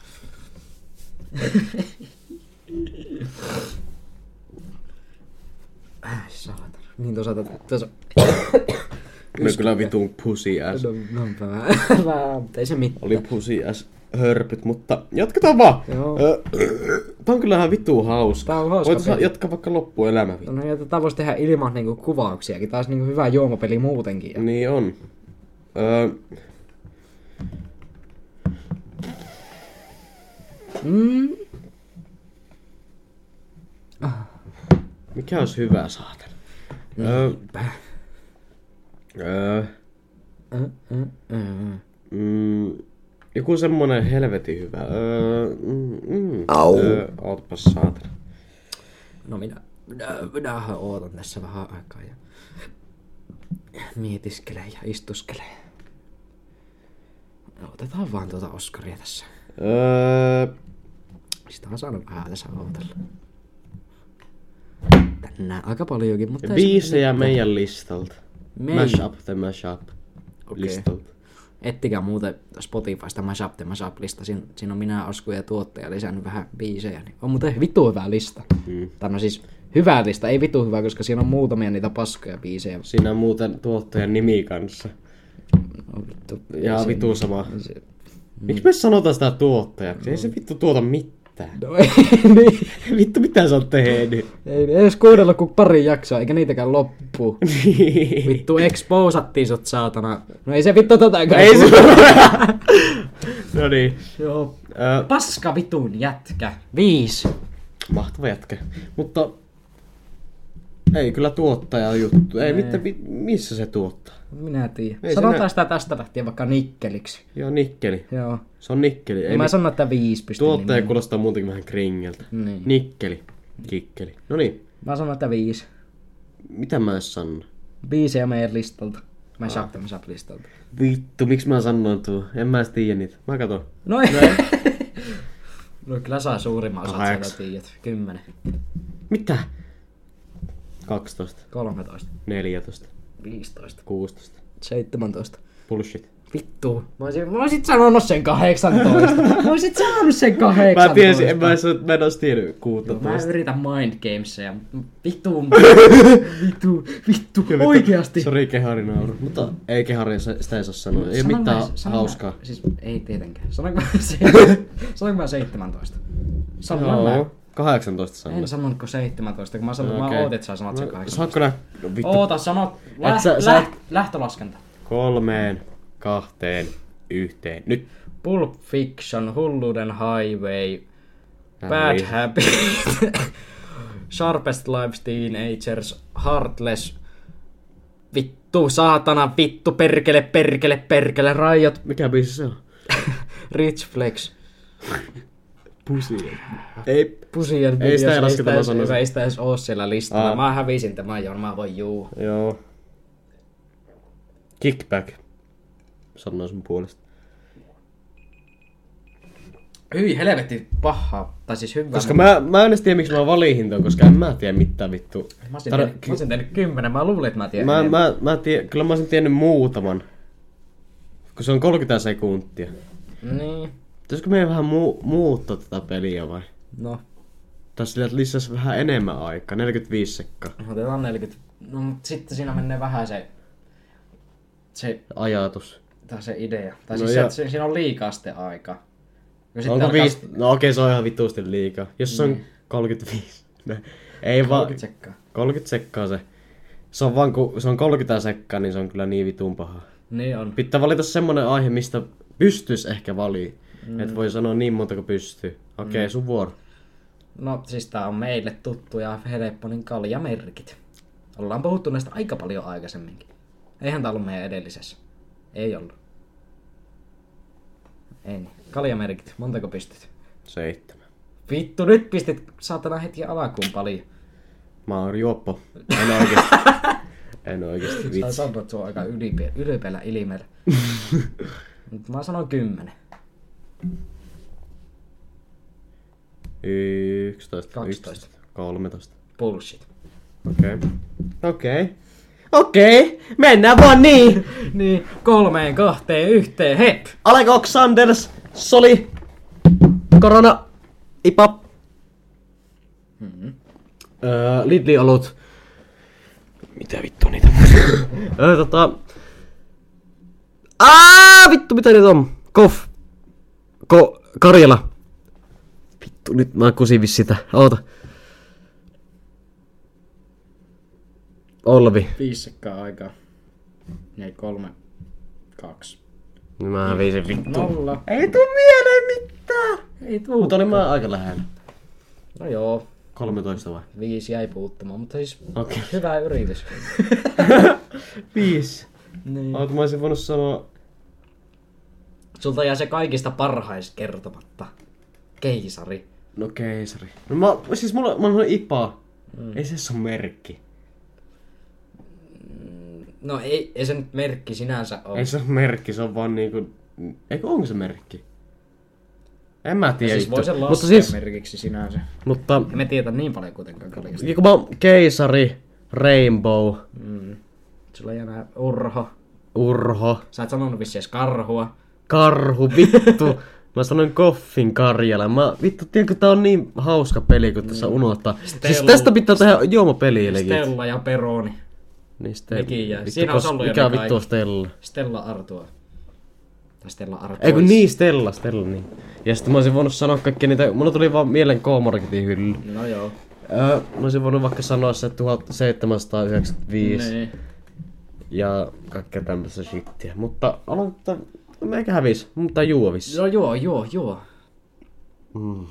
Äh, saatana. Niin tuossa... tuossa... Me kyllä vitun pussy ass. No, no vähän, vähän, mutta ei se mitään. Oli pussy ass hörpyt, mutta jatketaan vaan. Joo. Ö, Tää on kyllä ihan vittu hauska. Tää on hauska Voit peli. jatkaa vaikka loppuelämä. vittu. No ja tätä voisi tehdä ilman niinku kuvauksiakin. Taas niinku hyvä juomapeli muutenkin. Ja... Niin on. Öö, Mm. mikä olisi hyvä saatana? Öö, öö, Mm, mm, mm. mm, joku semmonen helvetin hyvä. Öö, mm, mm, Au. öö, ootpas saatana. No minä, minä, minähän ootan tässä vähän aikaa ja mietiskelee ja istuskelee. Otetaan vaan tuota Oskaria tässä. Öö, Sitä on saanut vähän tässä ootella. Tänään aika paljonkin, mutta... ei se biisejä mitään. meidän listalta. Meidän. Mashup the Mashup Okei. listalta. Ettikää muuten Spotifysta Mashup the Mashup-lista. Siin, siinä on minä, Osku ja tuottaja lisännyt vähän biisejä. Niin on muuten vittu hyvä lista. Mm. Tai no siis hyvä lista, ei vittu hyvä, koska siinä on muutamia niitä paskoja biisejä. Siinä on muuten tuottajan nimi kanssa. No, vittu, Ja ei se- vitu sama. se- Miksi me sanotaan sitä tuottajaksi? Ei se vittu tuota mitään. No ei, niin. Vittu mitä sä oot tehnyt? Ei, ei edes kuunnella kuin pari jaksoa, eikä niitäkään loppu. Vittu exposattiin sut saatana. No ei se vittu tätäkään. Ei se No niin. Joo. Ö, Paska vitun jätkä. Viis. mahtava jätkä. Mutta ei kyllä tuottaja juttu. Ei, mitä, mi- missä se tuottaa? Minä tiedän. Ei se Sanotaan nä- sitä tästä lähtien vaikka nikkeliksi. Joo, nikkeli. Joo. Se on nikkeli. Ei Mä mi- sanon, että viisi pystyn tuottaja nimeämään. kuulostaa muutenkin vähän kringeltä. Niin. Nikkeli. Kikkeli. No niin. Mä sanon, että viisi. Mitä mä edes sanon? Biisejä meidän listalta. Mä en saa, mä saa listalta. Vittu, miksi mä sanoin tuo? En mä edes tiedä niitä. Mä katon. No ei. No kyllä saa suurimman osat Kahdeksan. sieltä tiedät. Kymmenen. Mitä? kaksitoista. Kolmetoista. neljätoista. Viisitoista. kuusitoista. Seitsemäntoista. Bullshit. Vittu. Mä olisin, mä olisin sanonut sen kahdeksantoista. Mä olisin saanut sen kahdeksantoista. Mä tiesin, en mä, edes- mä en ois tiennyt Mä kuusitoista. yritän mind gamesia. Vittu. Vittu. Vittu. Oikeasti. Sori kehari nauru. Mutta ei kehari, se- sitä ei saa sanoa. Ei oo Sanonko mitään mä- sanonko mä- hauskaa. Siis ei tietenkään. Sanoinko mä, se, sanoinko mä seitsemäntoista? Sanoin mä. Joo. kahdeksantoista sanoin. En sanonutko seitsemäntoista, kun mä sanoin, No, että okei. mä ootin, että sä sanot sen No, kahdeksantoista. saatko nää? No vittu. Oota, sanot lä- Et sä- lä- sä et- lähtölaskenta. Kolmeen, kahteen, yhteen. Nyt. Pulp Fiction, Hulluuden Highway, Tää Bad oli- Habit, Sharpest Lives Teenagers, Heartless, vittu, saatana, vittu, perkele, perkele, perkele, Riot, Mikä biisi se on? Rich Flex, Pussy. Ei. Pussy and Ei sitä ei Videos, lasketa, mä edes- sanoisin. ei sitä edes oo siellä listalla. Aa. Mä hävisin tämän, Joon, mä voin juu. Joo. Kickback. Sanoin sun puolesta. Hyi helvetti pahaa, tai siis hyvä. Koska mä, mä en edes tiedä miksi mä valihin ton, koska en mä tiedä mitään vittu. Mä olisin, Tar- tehnyt, mä olisin tehnyt kymmenen, mä luulin, että mä tiedän. Mä, enemmän. mä, mä tie, kyllä mä olisin tiennyt muutaman. Kun se on kolmekymmentä sekuntia. Niin, Pitäisikö meidän vähän muu, muuttaa tätä peliä vai? no. Tai sillä, että lisäisi vähän enemmän aikaa, neljäkymmentäviisi sekkaa. Otetaan neljäkymmentä. No, mutta sitten siinä menee vähän se, se, Ajatus. tai se idea. Tai No siis ja- se, se, siinä on liikaa sitten aikaa. Ja sitten Onko alkaa- viisi? No okei, se on ihan vituusti liikaa. Jos se on Niin. kolmekymmentäviisi. Ne. Ei vaan. kolmekymmentä sekkaa. kolmekymmentä sekkaa se. Se on vaan kun se on kolmekymmentä sekkaa, niin se on kyllä niin vitun paha. Niin on. Pitää valita semmonen aihe, mistä pystyis ehkä valii. Mm. Et voi sanoa niin monta kuin pystyy. Okei, mm. sun vuoro. No siis tää on meille tuttu ja helppo, niin kaljamerkit. Ollaan puhuttu näistä aika paljon aikaisemminkin. Eihän tää ollut meidän edellisessä. Ei ollut. Ei niin. Kaljamerkit. Montako pistit? Seitsemän. Vittu, nyt pistit saatana heti alkuun paljon. Mä oon juoppo. En oikeesti. en oikeesti Sä vitsi. sanot sua aika ylpeä, ylpeällä ilmeellä. Mut mä sanon kymmenen. yksitoista. kaksitoista. yksitoista, kolmetoista. Bullshit. Okei. Okay. Okei. Okay. Okei. Okay. Mennään vaan niin. Niin, kolmeen, kahteen, yhteen, hep! Alexanders, Soli, Korona, Ipa, Mm-hmm. öö, Lidli-olut. Mitä vittu niitä? öö, tota... Aa, vittu mitä niitä on? Kof. Ko... Karjala. Vittu, nyt mä kusin vissiin sitä. Oota. Olvi. Viisi sekkaa aikaa. Ei kolme, kaksi. Mä hävisin vittu. Nolla. Ei tuu mieleen mitään. Ei tuu. Mutta olin mä aika lähellä. No joo, kolmetoista vai? viisi jäi puuttumaan, mutta siis Okei. hyvä yritys. Viisi. Niin. Oot mä olisin voinut sanoa... Sulta jää se kaikista parhais kertomatta. Keisari. No keisari. No mä, siis mulla, mulla on Ipa. Mm. Ei se ole merkki. No ei, ei se nyt merkki sinänsä ole. Ei se ole merkki, se on vaan niinku... Eikö onko se merkki? En mä tiedä. Siis voi sen vittu. laskea Mutta siis... merkiksi sinänsä. Mutta... Emme tiedä niin paljon kuitenkaan kaljasta. Kun mä oon keisari, Rainbow, Mm. Sulla jää nää Urho. Urho, Sä et sanonut vissi edes karhua. Karhu, vittu. Mä sanoin Koffin Karjala. Mä vittu, tiedätkö tää on niin hauska peli, kun tässä unohtaa. Siis Stella. tästä pitää tehdä juomapeli legit. Stella ja Peroni. Niin Stella. Nekin jää. Vittu, Siinä on kos- ollut jo mikä ne vittu on kaikki. Stella? Stella Artua. Tai Stella Artois. Ei kun niin, Stella, Stella niin. Ja sitten mä olisin voinut sanoa kaikki niitä, mulla tuli vaan mieleen K-Marketin hylly. No joo. Öö, mä olisin voinut vaikka sanoa se tuhatseitsemänsataayhdeksänkymmentäviisi Niin. ja kaikkea tämmöistä shittiä. Mutta aloittaa, meikä hävis, mutta juovis. No joo, joo, joo. Mm.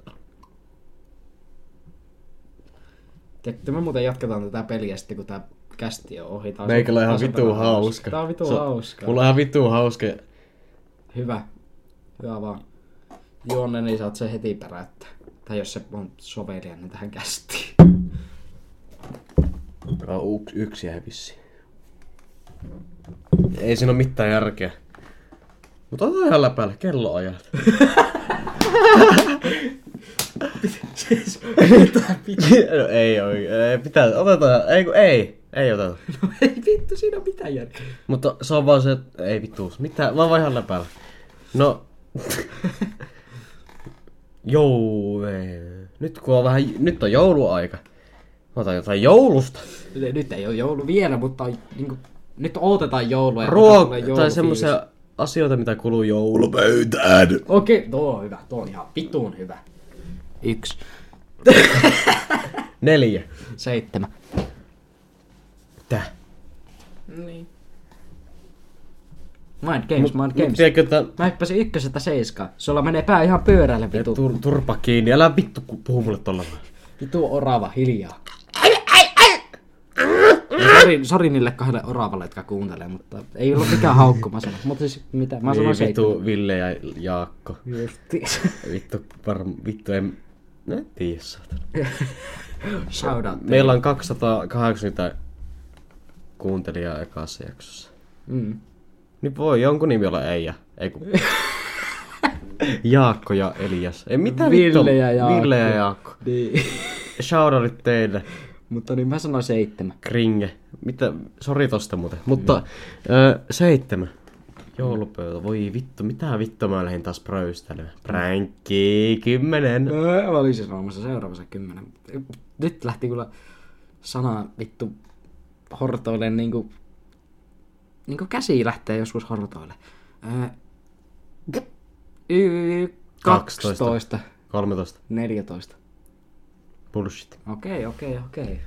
Tiedätkö, me muuten jatketaan tätä peliä sitten, kun tää kästi on ohi. Tää on Meikällä on ihan tää on vitu todella hauska. Tää on vitu Se- hauska. Mulla on ihan vitu hauska. Hyvä. Hyvä vaan. Juonne, niin saat se heti päräyttää. Tai jos se on sovelijainen tähän kästiin. On yksi jäi vissiin. Ei siinä oo mitään järkeä. Mutta otetaan ihan läpäällä kelloajat. Siis, mitä pitää? No ei oikein. Ei, pitää, otetaan. Ei kun ei. Ei oteta. No ei vittu, siinä on mitään järkeä. Mutta se on vaan se, että ei vittu. Mitä? Mä vaan ihan läpäällä. No. Jou. Nyt kun on vähän, nyt on jouluaika. Mä otan jotain joulusta. Nyt ei ole joulu vielä, mutta on, niin kuin, nyt odotetaan joulua. Ruoka tai semmoisia asioita, mitä kuluu joulupöytään. Okei, tuo on hyvä. Tuo on ihan vittuun hyvä. Yksi. Neljä. Seitsemän. Mitä? Niin. Mind games, mind games. Tiedätkö, että... Mä hyppäsin ykkösestä seiskaan. Sulla menee pää ihan pyöräille, vitu. Tur, turpa kiinni. Älä vittu puhu mulle tolla. Vitu orava, hiljaa. Sori, sori niille kahdelle oravalle, jotka kuuntelee, mutta ei ollut mikään haukku, mä sanon. Mutta siis mitä? Mä sanon seitsemän. Vittu Ville ja Jaakko. Justiis. Vittu varm... Vittu en... No en tiedä, saatana. Shout out. Meillä on kaksisataakahdeksankymmentä kuuntelijaa ekassa jaksossa. Mm. Niin voi jonkun nimi olla Eija. Ei kun... Jaakko ja Elias. Ei mitään vittu. Ville ja Jaakko. Ville ja Jaakko. Niin. Shoutoutit teille. Mutta niin mä sanoin seitsemän. Kringe. Mitä? Sori tosta muuten. Mutta mm. ö, seitsemän. Joulupöytä. Voi vittu. Mitä vittu mä lähdin taas pröystelemään. Pränkki. Kymmenen. Öö, mä olin siis sanomassa seuraavassa kymmenen. Nyt lähti kyllä sana vittu hortoileen niinku... Niinku käsi lähtee joskus hortoille. Öö, y- kaksitoista. kolmetoista. neljätoista. Bullshit. Okei, okei, okei.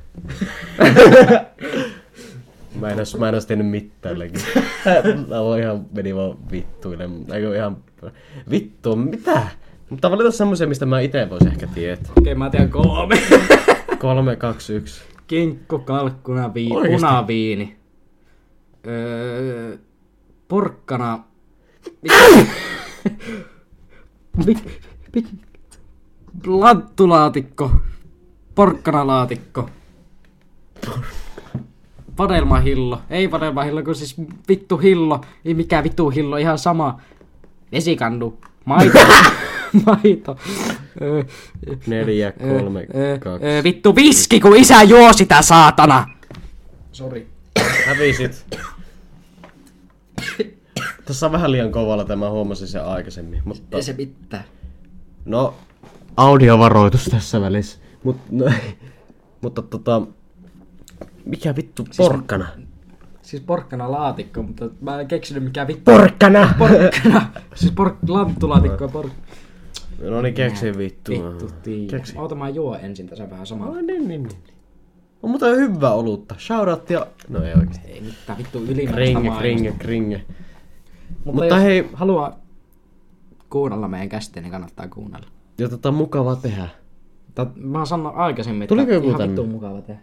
Mä en ois, mä en ois tehnyt mitään läkin. Mä voin ihan meni vaan vittuille. Eikö ihan... Vittu, mitä? Mutta valita semmosia, mistä mä ite vois ehkä tietää. Okei, mä tiedän kolme. Kolme, kaksi, yksi. Kinkku, kalkkuna, vii- Oikeesti? punaviini. Öö, porkkana... Mit? Mit? Lanttulaatikko. Porkkanalaatikko. Vadelmahillo. Ei vadelmahillo, kun siis vittu hillo. Ei mikään vittu hillo, ihan sama. Vesikannu. Maito. Maito. Öö, Neljä, kolme, öö, kaksi. öö, vittu viski, kun isä juo sitä, saatana. Sori. Hävisit. Tässä on vähän liian kovalla tämä, huomasin sen aikaisemmin. Mutta... Ei se mitään. No, audiovaroitus tässä välissä. Mut, no, mutta tota... Mikä vittu porkkana? Siis porkkana laatikko, mutta mä en keksinyt mikä vittu. Porkkana! Porkkana! Siis pork... lanttulaatikko ja pork... No niin, keksi vittu. Vittu tiiä. Keksi. Oota, mä juo ensin tässä vähän samalla. No niin, niin, niin. On muuten hyvää olutta. Shoutouttia. No ei oikeesti. Ei mitään vittu ylimääräistä Kringe, maailmasta. kringe, kringe. Mutta, Mutta jos hei- haluaa kuunnella meidän kästiä, niin kannattaa kuunnella. Ja tota mukavaa tehdä. Tät, mä oon sanonut aikaisemmin, Tuliko että joku ihan tänne? vittu mukava tehdä.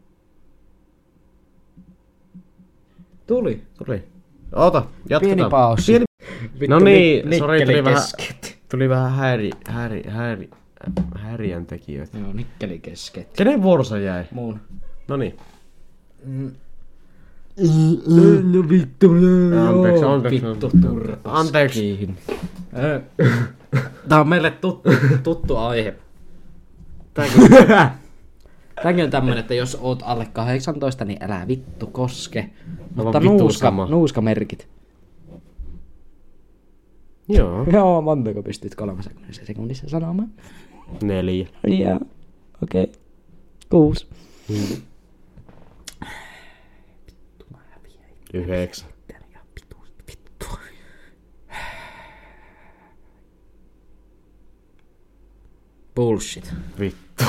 Tuli. Tuli. Oota, jatketaan. Pieni paussi. Pieni... Vittu, No niin, nik- sori, nikkeli tuli vähän, kesket. tuli vähän häiri, häiri, häiri, häiriön tekijöitä. Joo, nikkeli kesket. Kenen vuorossa jäi? Muun. No niin. Mm. No vittu, Anteeksi, anteeksi. Vittu turpas. Anteeksi. Tää on meille tuttu, tuttu aihe. Tääkin, tääkin on tämmönen, että jos oot alle kahdeksantoista, niin älä vittu koske. Mutta vaan vittu nuuska, sama. nuuskamerkit. Joo. Joo, montako pystyt kolmessa sekunnissa sanomaan? Neljä. Joo, okei. Okay. Kuusi. Mm. Yhdeksän. Bullshit. Vittu.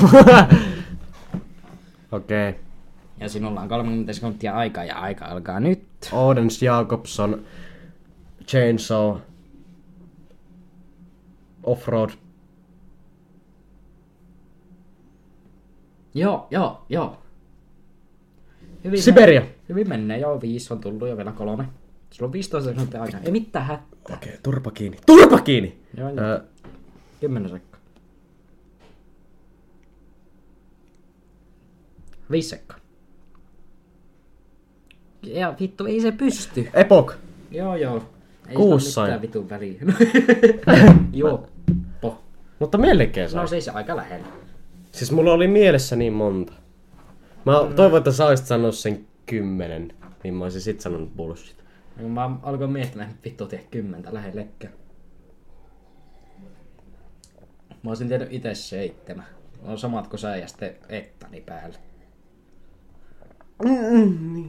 Okei. Okay. Ja sinulla on kolmekymmentä sekuntia aikaa ja aika alkaa nyt. Odens Jakobson. Chainsaw. Offroad. Joo, joo, joo. Hyvin Siberia. Men- hyvin menee, joo, viisi on tullut ja vielä kolme. Sulla on viisitoista sekuntia aikaa. Ei mitään hätää. Okei, okay, turpa kiinni. Turpa kiinni! Joo, joo. Öö, Kymmenen sekkaa. Viisi sekkaa. Ja vittu, ei se pysty. Epok. Joo joo. Ei Kuusi sillä ole sai. mitään vitun väliä. Joo. Po. Mutta melkein sai. No siis aika lähellä. Siis mulla oli mielessä niin monta. Mä mm. toivon, että sä olisit sanonut sen kymmenen. Niin mä olisin sit sanonut bullshit. No, mä alkoin miettimään, että vittu tiedä kymmentä lähellekään. Mä olisin tiennyt ite seitsemän. On samat kuin sä ja sitten ettani päällä. Mm,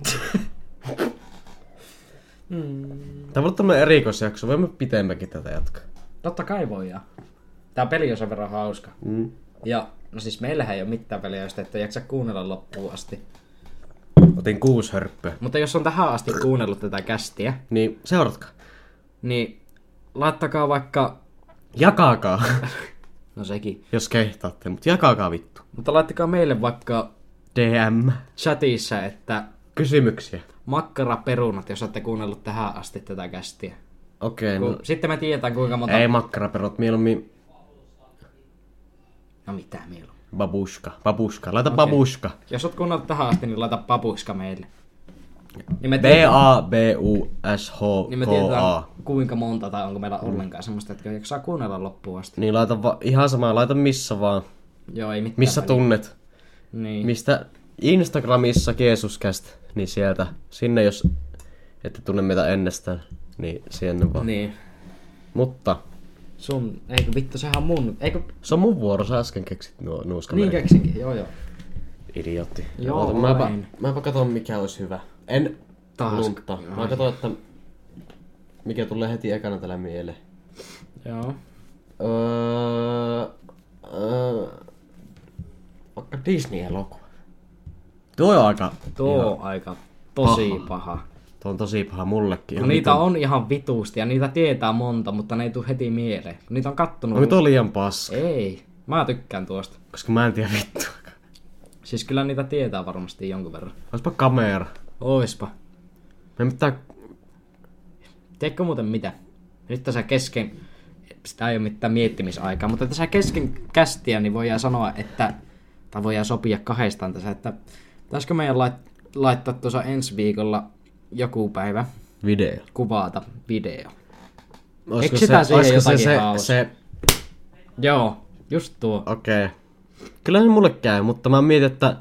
Tää voi olla tämmönen erikoisjakso. Voimme pitemmäkin tätä jatkaa. Totta kai voidaan. Tää peli on sen verran hauska. Mm. Ja no siis meillähän ei ole mitään väliä, jos te ette jaksa kuunnella loppuun asti. Otin kuusi hörppöä. Mutta jos on tähän asti kuunnellut tätä kästiä, Niin seuratkaa. niin laittakaa vaikka... Jakakaa. No sekin. Jos kehtaatte, mutta jakakaa vittu. Mutta laittakaa meille vaikka D M. chatissa, että Kysymyksiä. makkaraperunat, jos olette kuunnellut tähän asti tätä kästiä. Okei, Kun, no. sitten me tiedetään kuinka monta... Ei makkaraperot, mieluummin No mitä meillä on? babushka. Babushka. Laita Okei. babushka. Jos oot kuunnellut tähän asti, niin laita papuiska meille. Niin me B tiedetään, A B U S H niin me K tiedetään A. kuinka monta tai onko meillä ollenkaan semmoista, että jaksaa kuunnella loppuun asti. Niin laita va- ihan sama, laita missä vaan. Joo, ei mitään Missä väliä. tunnet. Niin. Mistä Instagramissa Jeesuscast, niin sieltä. Sinne jos ette tunne meitä ennestään, niin sinne vaan. Niin. Mutta Sun, eikö vittu, sehän on mun, eikö... se on mun vuoro, sä äsken keksit nuo Niin nuuskamerit. keksinkin, joo joo. Idiootti. Joo, Oota, mäpä, vain. mäpä katon mikä olisi hyvä. En Taas. luntta. Mä katon, että mikä tulee heti ekana tällä mieleen. Joo. Öö, öö, vaikka Disney-elokuva. Tuo on aika... Tuo ihan- on aika tosi paha. paha. Tuo on tosi paha mullekin. Kun Ihan niitä vitun- on ihan vituusti ja niitä tietää monta, mutta ne ei tule heti mieleen. Kun niitä on kattonut... Onko tuo liian paska? Ei. Mä tykkään tuosta. Koska mä en tiedä vittu. Siis kyllä niitä tietää varmasti jonkun verran. Oispa kamera. Oispa. Me mitään... Tiedätkö muuten mitä? Nyt tässä kesken... Sitä ei ole mitään miettimisaikaa, mutta tässä kesken kästiä niin voidaan sanoa, että... Tai voidaan sopia kahdestaan tässä, että... Pitäisikö meidän lait- laittaa tuossa ensi viikolla joku päivä Video. kuvata video? Olisiko Keksitään siihen olisiko jotakin se, hauska. se, Joo, just tuo. Okei. Okay. Kyllä se mulle käy, mutta mä mietin, että...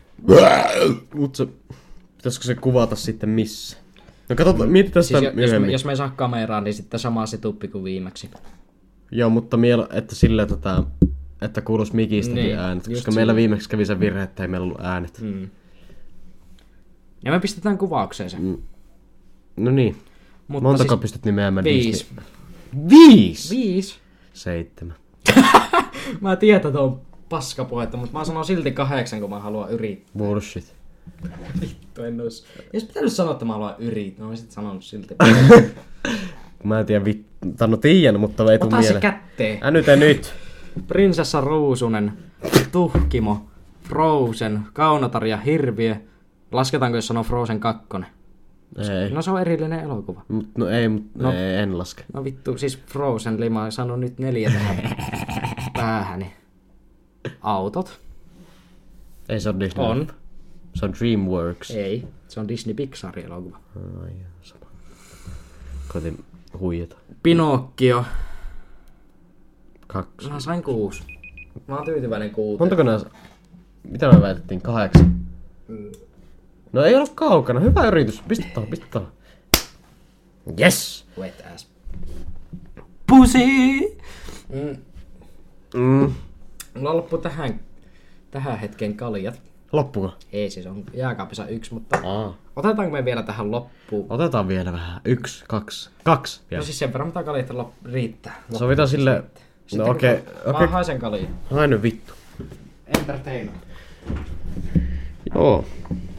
Mut se... Pitäisikö se kuvata sitten missä? No katsotaan, mietitään sitä Siis jo- jos, me, myöhemmin. jos me ei saa kameraa, niin sitten sama setuppi kuin viimeksi. Joo, mutta mielo, että silleen tätä... Että kuuluis mikistäkin Niin, äänet, just koska meillä sillä. viimeksi kävi se virhe, että ei meillä ollut äänet. Mm. Ja me pistetään kuvaukseen se. Mm. No niin. Mutta Montako siis pystyt nimeämään viisi. Disney? Viisi? Viisi? Seitsemän. Mä tiedän, että tuo on paskapuhetta, mutta mä sanon silti kahdeksan, kun mä haluan yrittää. Bullshit. Vittu, en ois. Jos pitänyt sanoa, että mä haluan yrittää, mä olisit sanonut silti. Mä en tiedä vittu. Tai no tiedän, mutta ei tuu Ota se mieleen. kätteen. Ä nyt ja nyt. Prinsessa Ruusunen, Tuhkimo, Frozen, Kaunotar ja Hirviö. Lasketaanko, jos sanoo Frozen kaksi? Ei. No se on erillinen elokuva. Mut, no ei, mut No. no. ei, en laske. No vittu, siis Frozen lima on saanut nyt neljä tähän päähäni. Autot? Ei se on Disney. On. Se on DreamWorks. Ei, se on Disney Pixarin elokuva. Ai, sama. Koitin huijata. Pinocchio. Kaksi. Mä sain kuusi. Mä oon tyytyväinen kuuteen. Montako nää... Mitä me väitettiin? Kahdeksan. No ei ollut kaukana. Hyvä yritys. Pistä tuohon, pistä tuohon. Yes! Wet ass. Pussy! Mm. Mm. Mulla loppu tähän, tähän hetken kaljat. Loppuko? Ei siis on jääkaapissa yksi, mutta Aa. otetaanko me vielä tähän loppuun? Otetaan vielä vähän. Yksi, kaksi. Kaksi vielä. No siis sen verran mitä kaljat lop- riittää. Sovitaan sille... Sitten No kun okei. Mä Okay, okay. haisen kaljaa. Hae nyt vittu. Entertainer. Joo.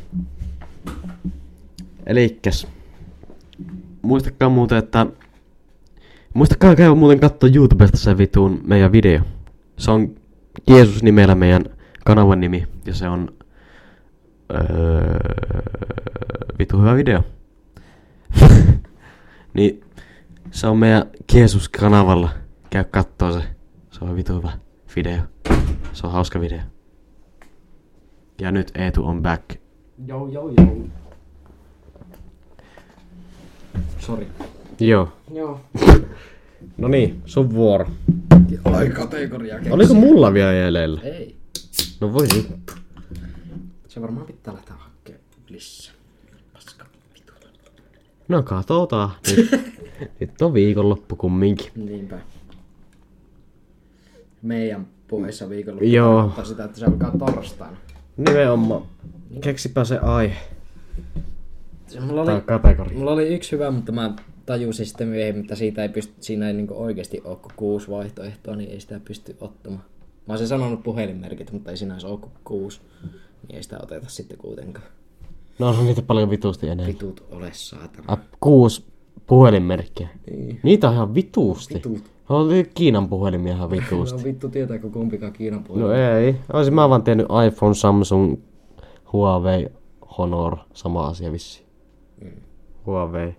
Elikkäs. Muistakaa muuten, että... Muistakaa käydä muuten katsoa YouTubesta se vitun meidän video. Se on Jeesus nimellä meidän kanavan nimi. Ja se on... Öö, vitu hyvä video. Niin se on meidän Jeesus-kanavalla. Käy kattoo se. Se on vitu hyvä video. Se on hauska video. Ja nyt Eetu on back. Joo, joo, joo. Sori. Joo. Joo. No niin, sun vuoro. Ai kategoria keksiä. Oliko mulla vielä jäljellä? Ei. No voi vittu. Se varmaan pitää lähteä hakkeen lisää. Paska vitu. No katsotaan. Nyt, nyt on viikonloppu kumminkin. Niinpä. Meidän puheissa viikonloppu Joo. tarkoittaa sitä, että se alkaa torstaina. Nimenomaan. Keksipä se aihe. Se, mulla, Tai oli, kategoria. mulla oli yksi hyvä, mutta mä tajusin sitten myöhemmin, että siitä ei pysty, siinä ei niinku oikeasti ole kuin kuusi vaihtoehtoa, niin ei sitä pysty ottamaan. Mä olisin sanonut puhelinmerkit, mutta ei siinä olisi ole kuin kuusi. Niin ei sitä oteta sitten kuitenkaan. No on niitä paljon vituusti enää. Vitut ole saatana. Ah, kuusi puhelinmerkkiä. Niin. Niitä on ihan vituusti. Vitut. On Kiinan puhelimia ihan vituusti. No vittu tietääkö kumpikaan Kiinan puolella. No ei. Olisin mä vaan tiennyt iPhone, Samsung, Huawei, Honor. Sama asia vissiin. Mm. Huawei.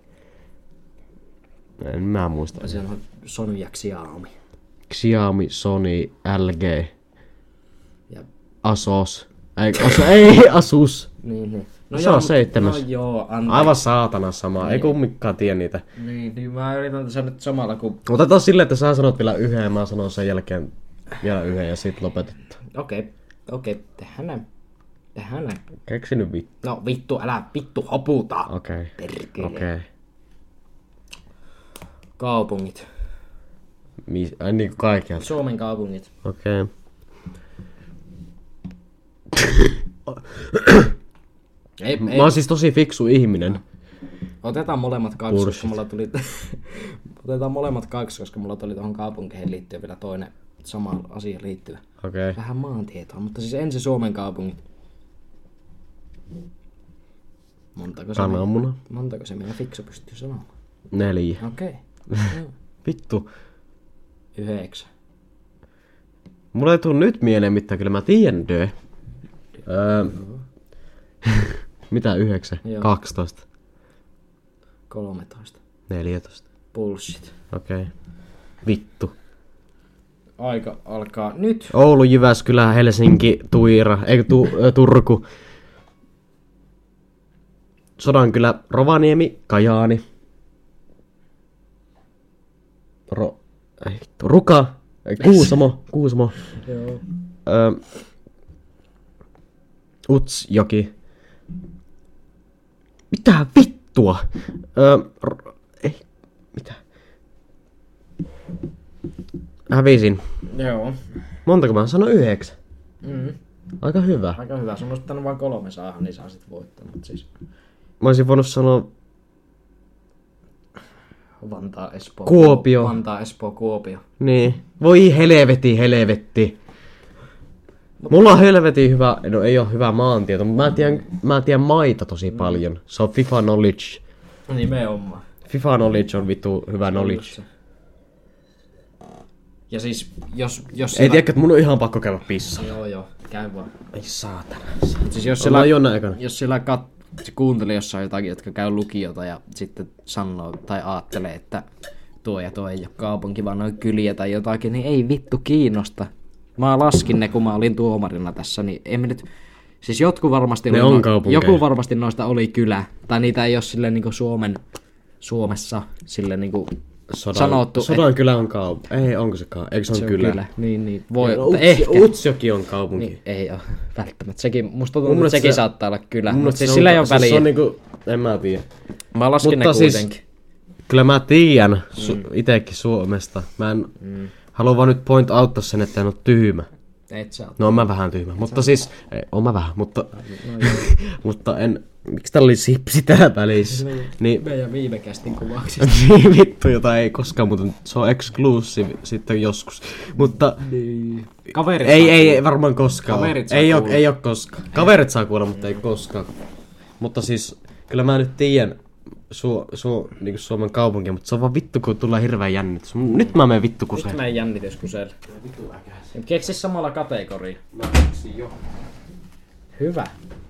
En mä muista. Se on Sony ja Xiaomi. Xiaomi, Sony, L G, Ja, Asos. Ei, Asus, ei Asus. niin, niin. Se on seitsemäs. No joo, anteeksi. Aivan saatana sama. Ei kumminkaan tiedä niitä. Niin, niin mä yritän tässä nyt samalla kuin... Otetaan silleen, että sä sanot vielä yhden ja mä sanon sen jälkeen vielä yhden ja sit lopetetaan. Okei, okay, okei, okay. tehdään näin. Tehdään näin. Keksi nyt vittu. No vittu, älä vittu hoputa. Okei. Okay. Perkele. Okei. Okay. Kaupungit. Mis, ai niinku kaikkialta. Suomen kaupungit. Okei. Okay. Ei, ei. Mä oon siis tosi fiksu ihminen. Otetaan molemmat kaksi, Bullshit. koska mulla tuli... Otetaan molemmat kaksi, koska mulla tuli tuohon kaupunkeihin liittyen vielä toinen sama asia liittyvä. Okei. Okay. Vähän maantietoa, mutta siis ensin Suomen kaupungit. Montako se, Kananmuna. meidän, montako se meidän fiksu pystyy sanomaan? Neljä. Okei. Okay. Vittu. Yhdeksän. Mulla ei tuu nyt mieleen mitään, kyllä mä tiedän dö. Öö, mitä yhdeksän? Joo. Kaksitoista. Kolmetoista. Neljätoista. Bullshit. Okei. Okay. Vittu. Aika alkaa nyt. Oulu, Jyväskylä, Helsinki, Tuira, ei tu, ö, Turku. Sodankylä, Rovaniemi, Kajaani. Ro... Ei vittu. Ruka. Ei, Kuusamo. Kuusamo. Joo. Öö, Utsjoki. Mitä vittua? Öö, r- ei. Mitä? Hävisin. Joo. Montako mä sanoin yhdeksän? Mm. Aika hyvä. Aika hyvä. Sun olisi pitänyt vain kolme saada, niin saa sit voittaa. Mut siis Mä olisin voinut sanoa Vantaa, Espoo. Kuopio. Vantaa, Espoo, Kuopio. niin. Voi helvetti, helvetti. Mulla on helvetin hyvä, no ei oo hyvä maantieto, mutta mä tiedän, mä tiedän maita tosi paljon. Se on FIFA knowledge. Nimenomaan. FIFA knowledge on vittu hyvä knowledge. Ja siis, jos... jos Ei sillä... tiedäkö, että mun on ihan pakko käydä pissaan. Joo, joo. Käy vaan. Ei saatana. Siis jos Ollaan sillä, jonna aikana. jos sillä kat, kuunteli jossain jotakin, jotka käy lukiota ja sitten sanoo tai aattelee, että tuo ja tuo ei ole kaupunki, vaan noin kyliä tai jotakin, niin ei vittu kiinnosta. Mä laskin ne, kun mä olin tuomarina tässä, niin ei me nyt... Siis jotkut varmasti... Ne oli on no, kaupunkeja. joku varmasti noista oli kylä. Tai niitä ei ole silleen niinku Suomen... Suomessa silleen niinku... Sodan, sanottu, Sodan kylä on kaupunki. Ei, onko se kaupunki? Eikö se, Se on on kylä? kylä. Niin, niin. Voi, No, mutta Uts, ehkä. Utsjoki on kaupunki. Niin, ei ole välttämättä. Sekin, musta tuntuu, Mun että mielestä sekin se- saattaa olla kylä. Mun Mutta mielestä siis se sillä ei on, ole siis väliä. se on niinku, en mä tiedä. Mä laskin Mutta ne siis- kuitenkin. Kyllä mä tiedän su- itekin Suomesta. Mä en Mm. halua vaan nyt point outtaa sen, että en oo tyhmä. Et sä oot. No on mä vähän tyhmä, mutta siis, ei, on mä vähän, mutta, No, joo. mutta en, miksi täällä oli sipsi täällä välissä? Niin. Niin, Meidän viime kästin kuvauksista. niin vittu, jota ei koskaan, mutta se on exclusive sitten joskus. Mutta Niin. Kaverit ei, saa ei, kuulla. ei varmaan koskaan. Kaverit saa ei, oo, kuulla. ei oo koskaan. Kaverit saa kuulla, mutta ei koskaan. Mutta siis, kyllä mä nyt tiedän su, su, niin Suomen kaupunkia, mutta se on vaan vittu, kun tulee hirveä jännitys. Nyt mä menen vittu Nyt kuseen. meidän jännitys kuselle. Keksi samalla kategoria. Mä keksin jo. Hyvä.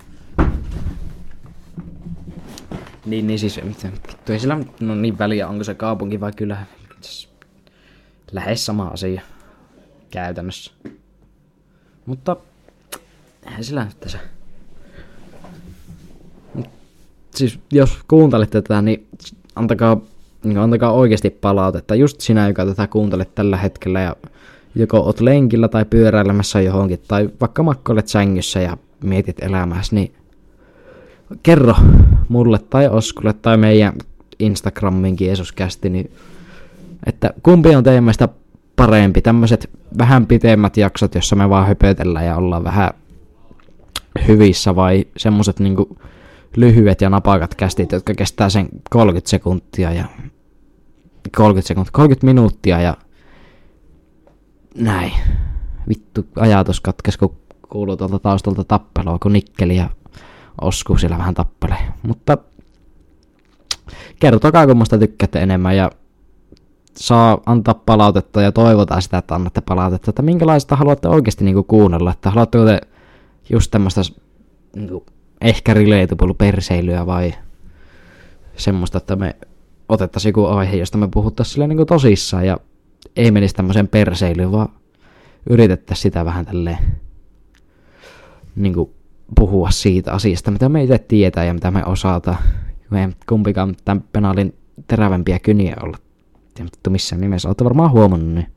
Niin, niin siis, mitä vittu, ei sillä no niin väliä, onko se kaupunki vai kylä. Siis, lähes sama asia. Käytännössä. Mutta, eihän sillä nyt tässä. Mut, siis, jos kuuntelitte tätä, niin antakaa, niin antakaa oikeasti palautetta. Just sinä, joka tätä kuuntelet tällä hetkellä ja joko oot lenkillä tai pyöräilemässä johonkin tai vaikka makkoilet sängyssä ja mietit elämässä, niin kerro mulle tai Oskulle tai meidän Instagraminkin Jeesuskästi, niin että kumpi on teidän mielestä parempi. Tämmöiset vähän pitemmät jaksot, jossa me vaan höpötellään ja ollaan vähän hyvissä vai semmoset niinku lyhyet ja napakat kästit, jotka kestää sen kolmekymmentä sekuntia ja kolmekymmentä sekuntia, kolmekymmentä minuuttia ja näin. Vittu ajatus katkes, kun kuuluu tuolta taustalta tappelua, kun Nikkeli ja Osku siellä vähän tappelee. Mutta kertokaa, kun musta tykkäätte enemmän ja saa antaa palautetta ja toivotaan sitä, että annatte palautetta, että minkälaista haluatte oikeasti niinku kuunnella, että haluatteko te just tämmöistä niinku, ehkä relatable perseilyä vai semmoista, että me otettaisiin joku aihe, josta me puhuttaisiin silleen niinku tosissaan ja ei menisi tämmöiseen perseilyyn, vaan yritettäisiin sitä vähän tälleen niinku puhua siitä asiasta, mitä me itse tietää ja mitä me osataan. Me ei kumpikaan tämän penaalin terävämpiä kyniä olla. Tiedä missään nimessä, olette varmaan huomannut, niin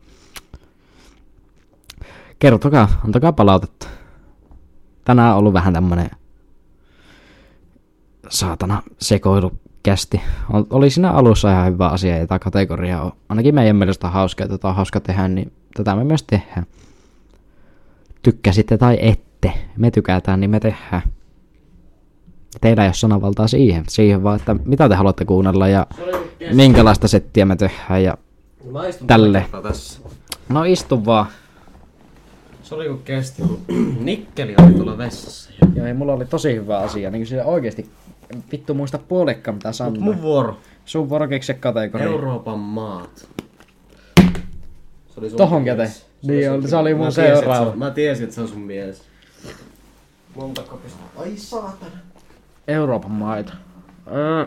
kertokaa, antakaa palautetta. Tänään on ollut vähän tämmönen saatana sekoilukästi. Oli siinä alussa ihan hyvä asia ja tämä kategoria on ainakin meidän mielestä hauska ja tätä on hauska tehdä, niin tätä me myös tehdään. Tykkäsitte tai ette, me tykätään, niin me tehdään. Teillä ei ole sananvaltaa siihen, siihen vaan, että mitä te haluatte kuunnella ja minkälaista settiä me tehdään ja tälle. Tässä. No istu vaan. Se oli kun kesti. Nikkeli oli tuolla vessassa. Joo, ei, mulla oli tosi hyvä asia. Niin kyllä oikeesti vittu muista puolikkaan mitä sanoin. Mun vuoro. Sun vuoro keksiä kategoria. Euroopan maat. Se oli sun Tohon mies. käteen. Se Niin, oli sun- se oli mun Mä tiesin, että seuraava. se on- Mä tiesin, että se on sun mies. Montako pistää? Ai saatana. Euroopan maita. Öö.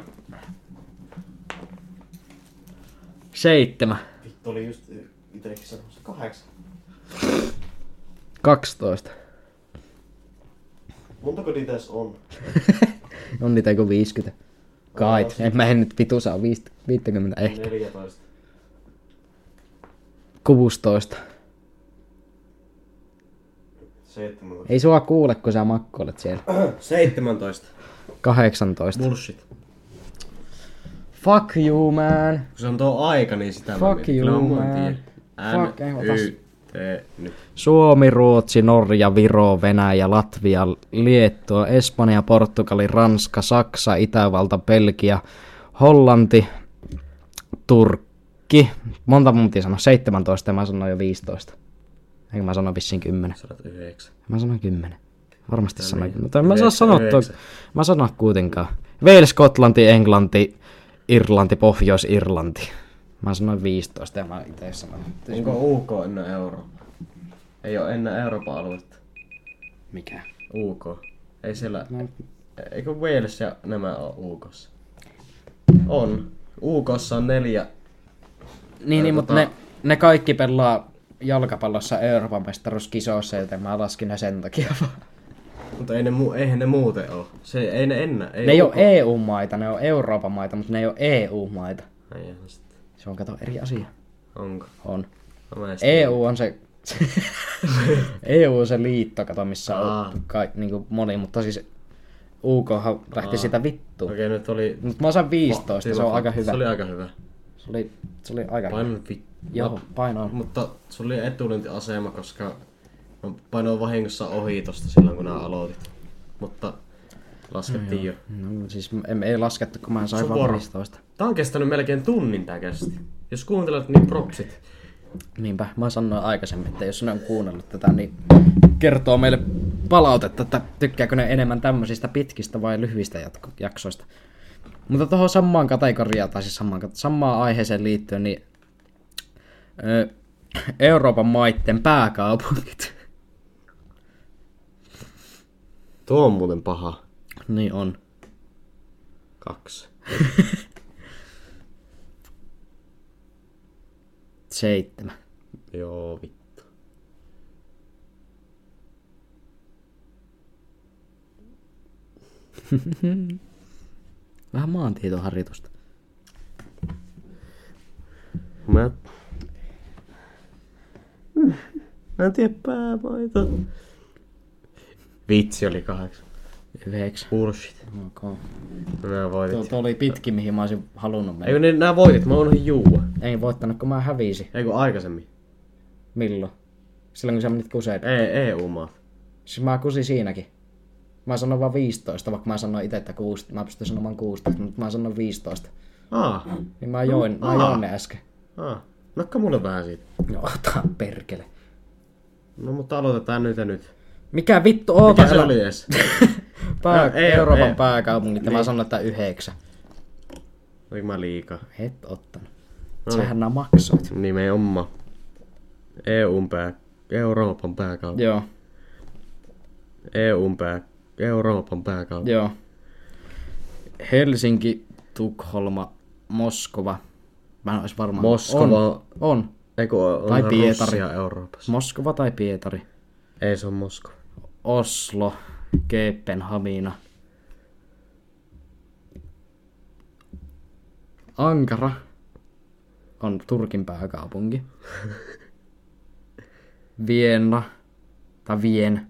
Seitsemän. Vittu oli just itekin sanomassa. Kahdeksan. Kaksitoista. Montako niitä edes on? On niitä joku viisikymmentä. Kait. En mä en nyt vitu saa viisikymmentä ehkä. neljätoista. kuusitoista. seitsemäntoista. Ei sua kuule, kun sä makkoilet siellä. seitsemäntoista. kahdeksantoista. Bullshit. Fuck you, man. Kun se on tuo aika, niin sitä Fuck mä mietin. Kyllä you, mä muun man. tiedän. Fuck, ei otas. N, Y, T, nyt. Suomi, Ruotsi, Norja, Viro, Venäjä, Latvia, Liettua, Espanja, Portugali, Ranska, Saksa, Itävalta, Belgia, Hollanti, Turkki. Monta mun piti sanoa? seitsemäntoista ja mä sanoin jo viisitoista. Eikö mä sanoin vissiin kymmenen? Sanot yhdeksän. Mä sanoin kymmenen. Varmasti sanoin niin. kymmenen. Mutta en mä saa Yhdeksän, sanoa tuo. yhdeksän. Mä sanon kuitenkaan. Wales, Skotlanti, Englanti, Irlanti, Pohjois-Irlanti. Mä sanoin viisitoista ja mä itse sanoin. Onko U K ennen Eurooppaa? Ei oo ennen Euroopan aluetta. Mikä? U K. Ei siellä... No. Eikö Wales ja nämä oo U K:ssa? On. U K:ssa on neljä. Niin, niin Ää, mutta tota- ne, ne kaikki pelaa jalkapallossa Euroopan mestaruuskisoissa, joten mä laskin ne sen takia vaan. Mutta ei ne, mu- eihän ne muuten oo. Se, ei ne ennä. Ei Ne ei U oo K. E U-maita, ne on Euroopan maita, mutta ne ei oo E U-maita. Eihän sitten. Se on kato eri asia. Onko? On. No, mä en E U on se... E U on se liitto, kato missä Aa. on kai, niinku moni, mutta siis U Khan lähti Aa. sitä vittuun. Okei, nyt oli... Mutta mä saan viisitoista, se on aika hyvä. Se oli aika hyvä. Se oli, se oli aika hyvä. Painoin vittu. Joo, painoin. Mutta se oli etulyöntiasema, koska mä painoin vahingossa ohi tosta silloin, kun nää aloitit. Mutta laskettiin jo. No, siis em, ei laskettu, kun mä sain Sun vaan vuoro. viisitoista. Tää on kestänyt melkein tunnin tää kästi. Jos kuuntelet, niin propsit. Niinpä, mä sanoin aikaisemmin, että jos ne on kuunnellut tätä, niin kertoo meille palautetta, että tykkääkö ne enemmän tämmöisistä pitkistä vai lyhyistä jatko- jaksoista. Mutta tuohon samaan kategoriaan, tai siis samaan, samaan aiheeseen liittyen, niin ö, Euroopan maitten pääkaupungit. Tuo on muuten paha. Niin on. Kaksi. Seitsemän. Joo, vittu. Vähän maantietoharjoitusta. mä... Mä en tiedä päämaito. Vitsi oli kahdeksan. Yhdeksän. Bullshit. Okay. Nää voitit. Tuo, tuo oli pitkin, mihin mä olisin halunnut mennä. Eikö ne nää voitit? Mä unohdin juua. Ei voittanut, kun mä hävisin. Eikö aikaisemmin? Milloin? Silloin kun sä menit kuseen. Ei, E U-maat. Siis mä kusin siinäkin. Mä sanoin vaan viisitoista, vaikka mä sanoin itse, että kuusitoista. Mä pystyn sanomaan kuusitoista, mutta mä sanoin viisitoista. Aa. Niin mä join, mä join ne äsken. Aa. Nakka mulle vähän siitä. No ota perkele. No mutta aloitetaan nyt ja nyt. Mikä vittu oota? Mikä se oli edes? Pää, No, ei, Euroopan ei. pääkaupungit ja mä Niin. sanoin, että yhdeksän. Oliko mä liikaa? Et ottanut. No niin. Sähän nää maksoit. Nimenomaan. E U:n pää... Euroopan pääkaupunki. Joo, E U:n pää... Euroopan pääkaupunki. joo. Helsinki, Tukholma, Moskova. Mä en ois varmaan. Moskova... On. on. Eiku on Tai Pietari. Russia Euroopassa. Moskova tai Pietari. Ei se on Moskova. Oslo, Kööpenhamina. Ankara on Turkin pääkaupunki. Vienna tai Vien.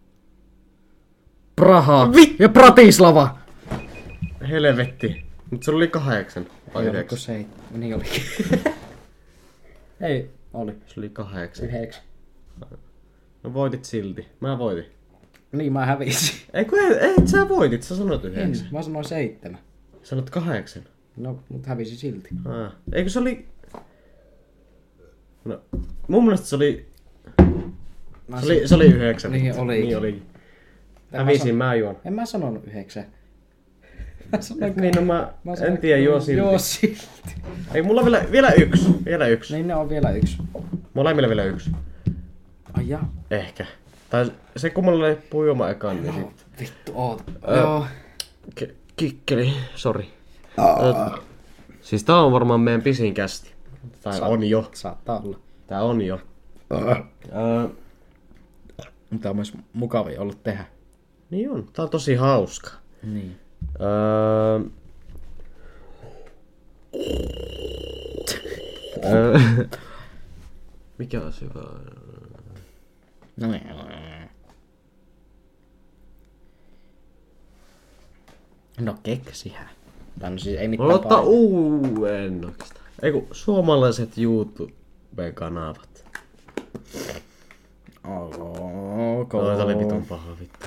Praha ja Bratislava. Helvetti. Mut se oli kahdeksan. Vai Ei ollut kuin yhdeksän? se, niin olikin. Ei, oli. Se oli kahdeksan. Yhdeksän. No voitit silti. Mä voitin. Niin mä hävisin. Ei kun et, et sä voitit, sä sanot En, yhdeksän. mä sanoin seitsemän. Sanot kahdeksan. No, mut hävisin silti. Ah. Eikö se oli... No, mun mielestä se oli... Mä Se oli, se oli yhdeksän. Niin oli. Niin oli. En mä Hävisin, san- mä juon. En mä sanonut yhdeksän. Mä sanoin, Niin no mä, mä en sanoin- tiedä, juo silti. Joo silti. Ei, mulla on vielä, vielä yksi. Vielä yksi. Niin ne on vielä yksi. Molemmilla vielä yksi. Ai jaa. Ehkä. Tai se kun mulla oli puijuma ekaan, niin No, sit... vittu oot. Ö, Joo. K- kikkeli, sori. Ö, Siis tää on varmaan meidän pisin kästi. Tai Sa- on jo. Saattaa olla. Tää on jo. Ö, Mutta on myös mukavia ollut tehdä. niin on. Tää on tosi hauska. Niin. Öö... Öö... Mikä on hyvä? No niin. No keksihän. Tai no siis ei mitään Mulla ottaa painaa. uuden oikeastaan. Eiku, suomalaiset YouTube-kanavat. Ok. No, tää oli vitun paha vittu.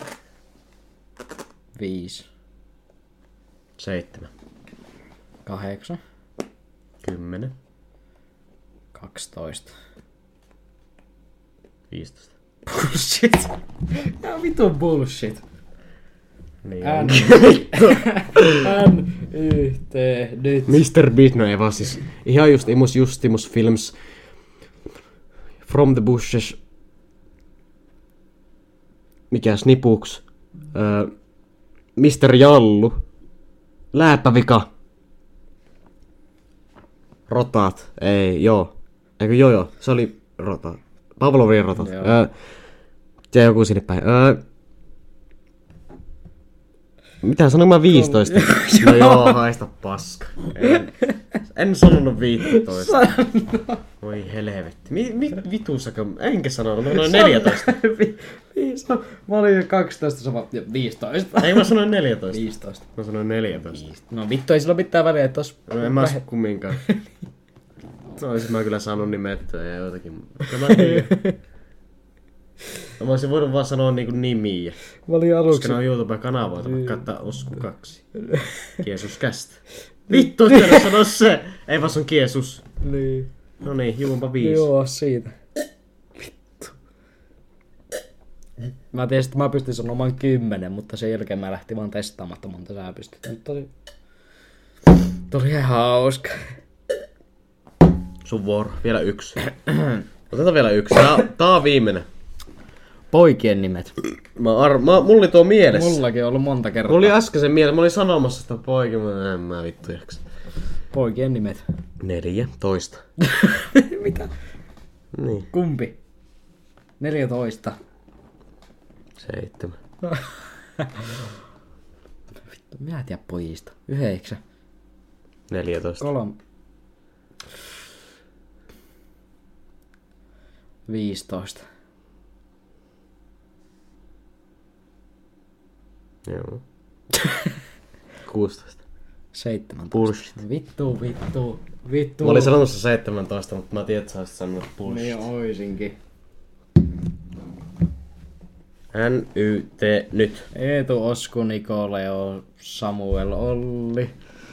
Viisi. Seitsemän. Kahdeksan. Kymmenen. Kaksitoista. Viisitoista. Bullshit. Tää on vitun bullshit. Niin N. on. N. Yhteen. Nyt. mister Beast, no ei vaan siis. Ihan just Imus Justimus Films. From the Bushes. Mikäs Nipuks. Öö, mister Jallu. Lääpävika. Rotat. Ei, joo. Eikö joo joo. Se oli rota. Pavlovin rotat. Joo. Öö, ja joku sinne päin. Öö, mitä sanoin mä viisitoista? No joo, haista paska. En, en sanonut viisitoista. Voi helvetti. Mi, mi, vitussako? Enkä sanonut, mä sanoin neljätoista. Viisi. Mä olin kaksitoista sama. Ja viisitoista. Ei mä sanoin neljätoista. viisitoista. Mä sanoin neljätoista. No vittu ei sillä mitään väliä, että tos... No en mä asu kumminkaan. No olisin mä kyllä sanonut nimettyä ja jotakin. Mä en tiedä. Mä olisin voinut vaan sanoa niinku nimiä. Mä olin aluksi... Koska ne on YouTube-kanavoita, vaikka kattaa Osku kaksi. Kiesus kästä. Vittu, että sano se! Ei vaan se on Kiesus. Niin. No niin, juompa viisi. Joo, siitä. Vittu. Mä tiesin, että mä pystyn sanomaan kymmenen, mutta sen jälkeen mä lähtin vaan testaamaan, että monta sä pystyt. Mutta oli... Tuli ihan hauska. Sun vuoro. Vielä yksi. Otetaan vielä yksi. Tää, tää on viimeinen. Poikien nimet. Mä ar- mä, mulla oli tuo mielessä. Mullakin on ollut monta kertaa. Mulla oli äsken se mielessä. Mä olin sanomassa sitä poikia. Mä en mä vittu jaksa. Poikien nimet. Neljä. Toista. Mitä? Niin. Kumpi? neljätoista. Seitsemän. Vittu, mä en tiedä pojista. Yhdeksän. Neljätoista. Kolme. viisitoista. Joo. kuusitoista. seitsemäntoista. Bullshit. Vittu, vittu, vittu. Mä olin sanonut se seitsemäntoista, mutta mä tiedän, että sä olisit sanonut bullshit. Niin oisinkin. N Y T nyt. Eetu, Osku, Niko, Leo, Samuel, Olli,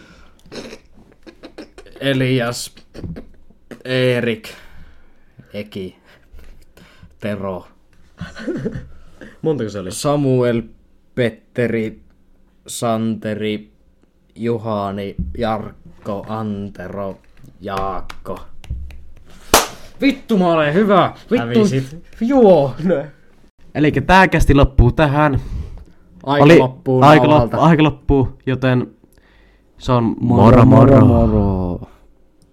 Elias, Erik, Eki, Tero, Montako se oli? Samuel, Petteri, Santeri, Juhani, Jarkko, Antero, Jaakko. Vittu, mä olen hyvä! Vittu! Hävisit. Joo! Elikkä tää kästi loppuu tähän. Aika Oli- loppuu aika, nauhalta. loppu, aika loppuu, joten se on moro moro. moro.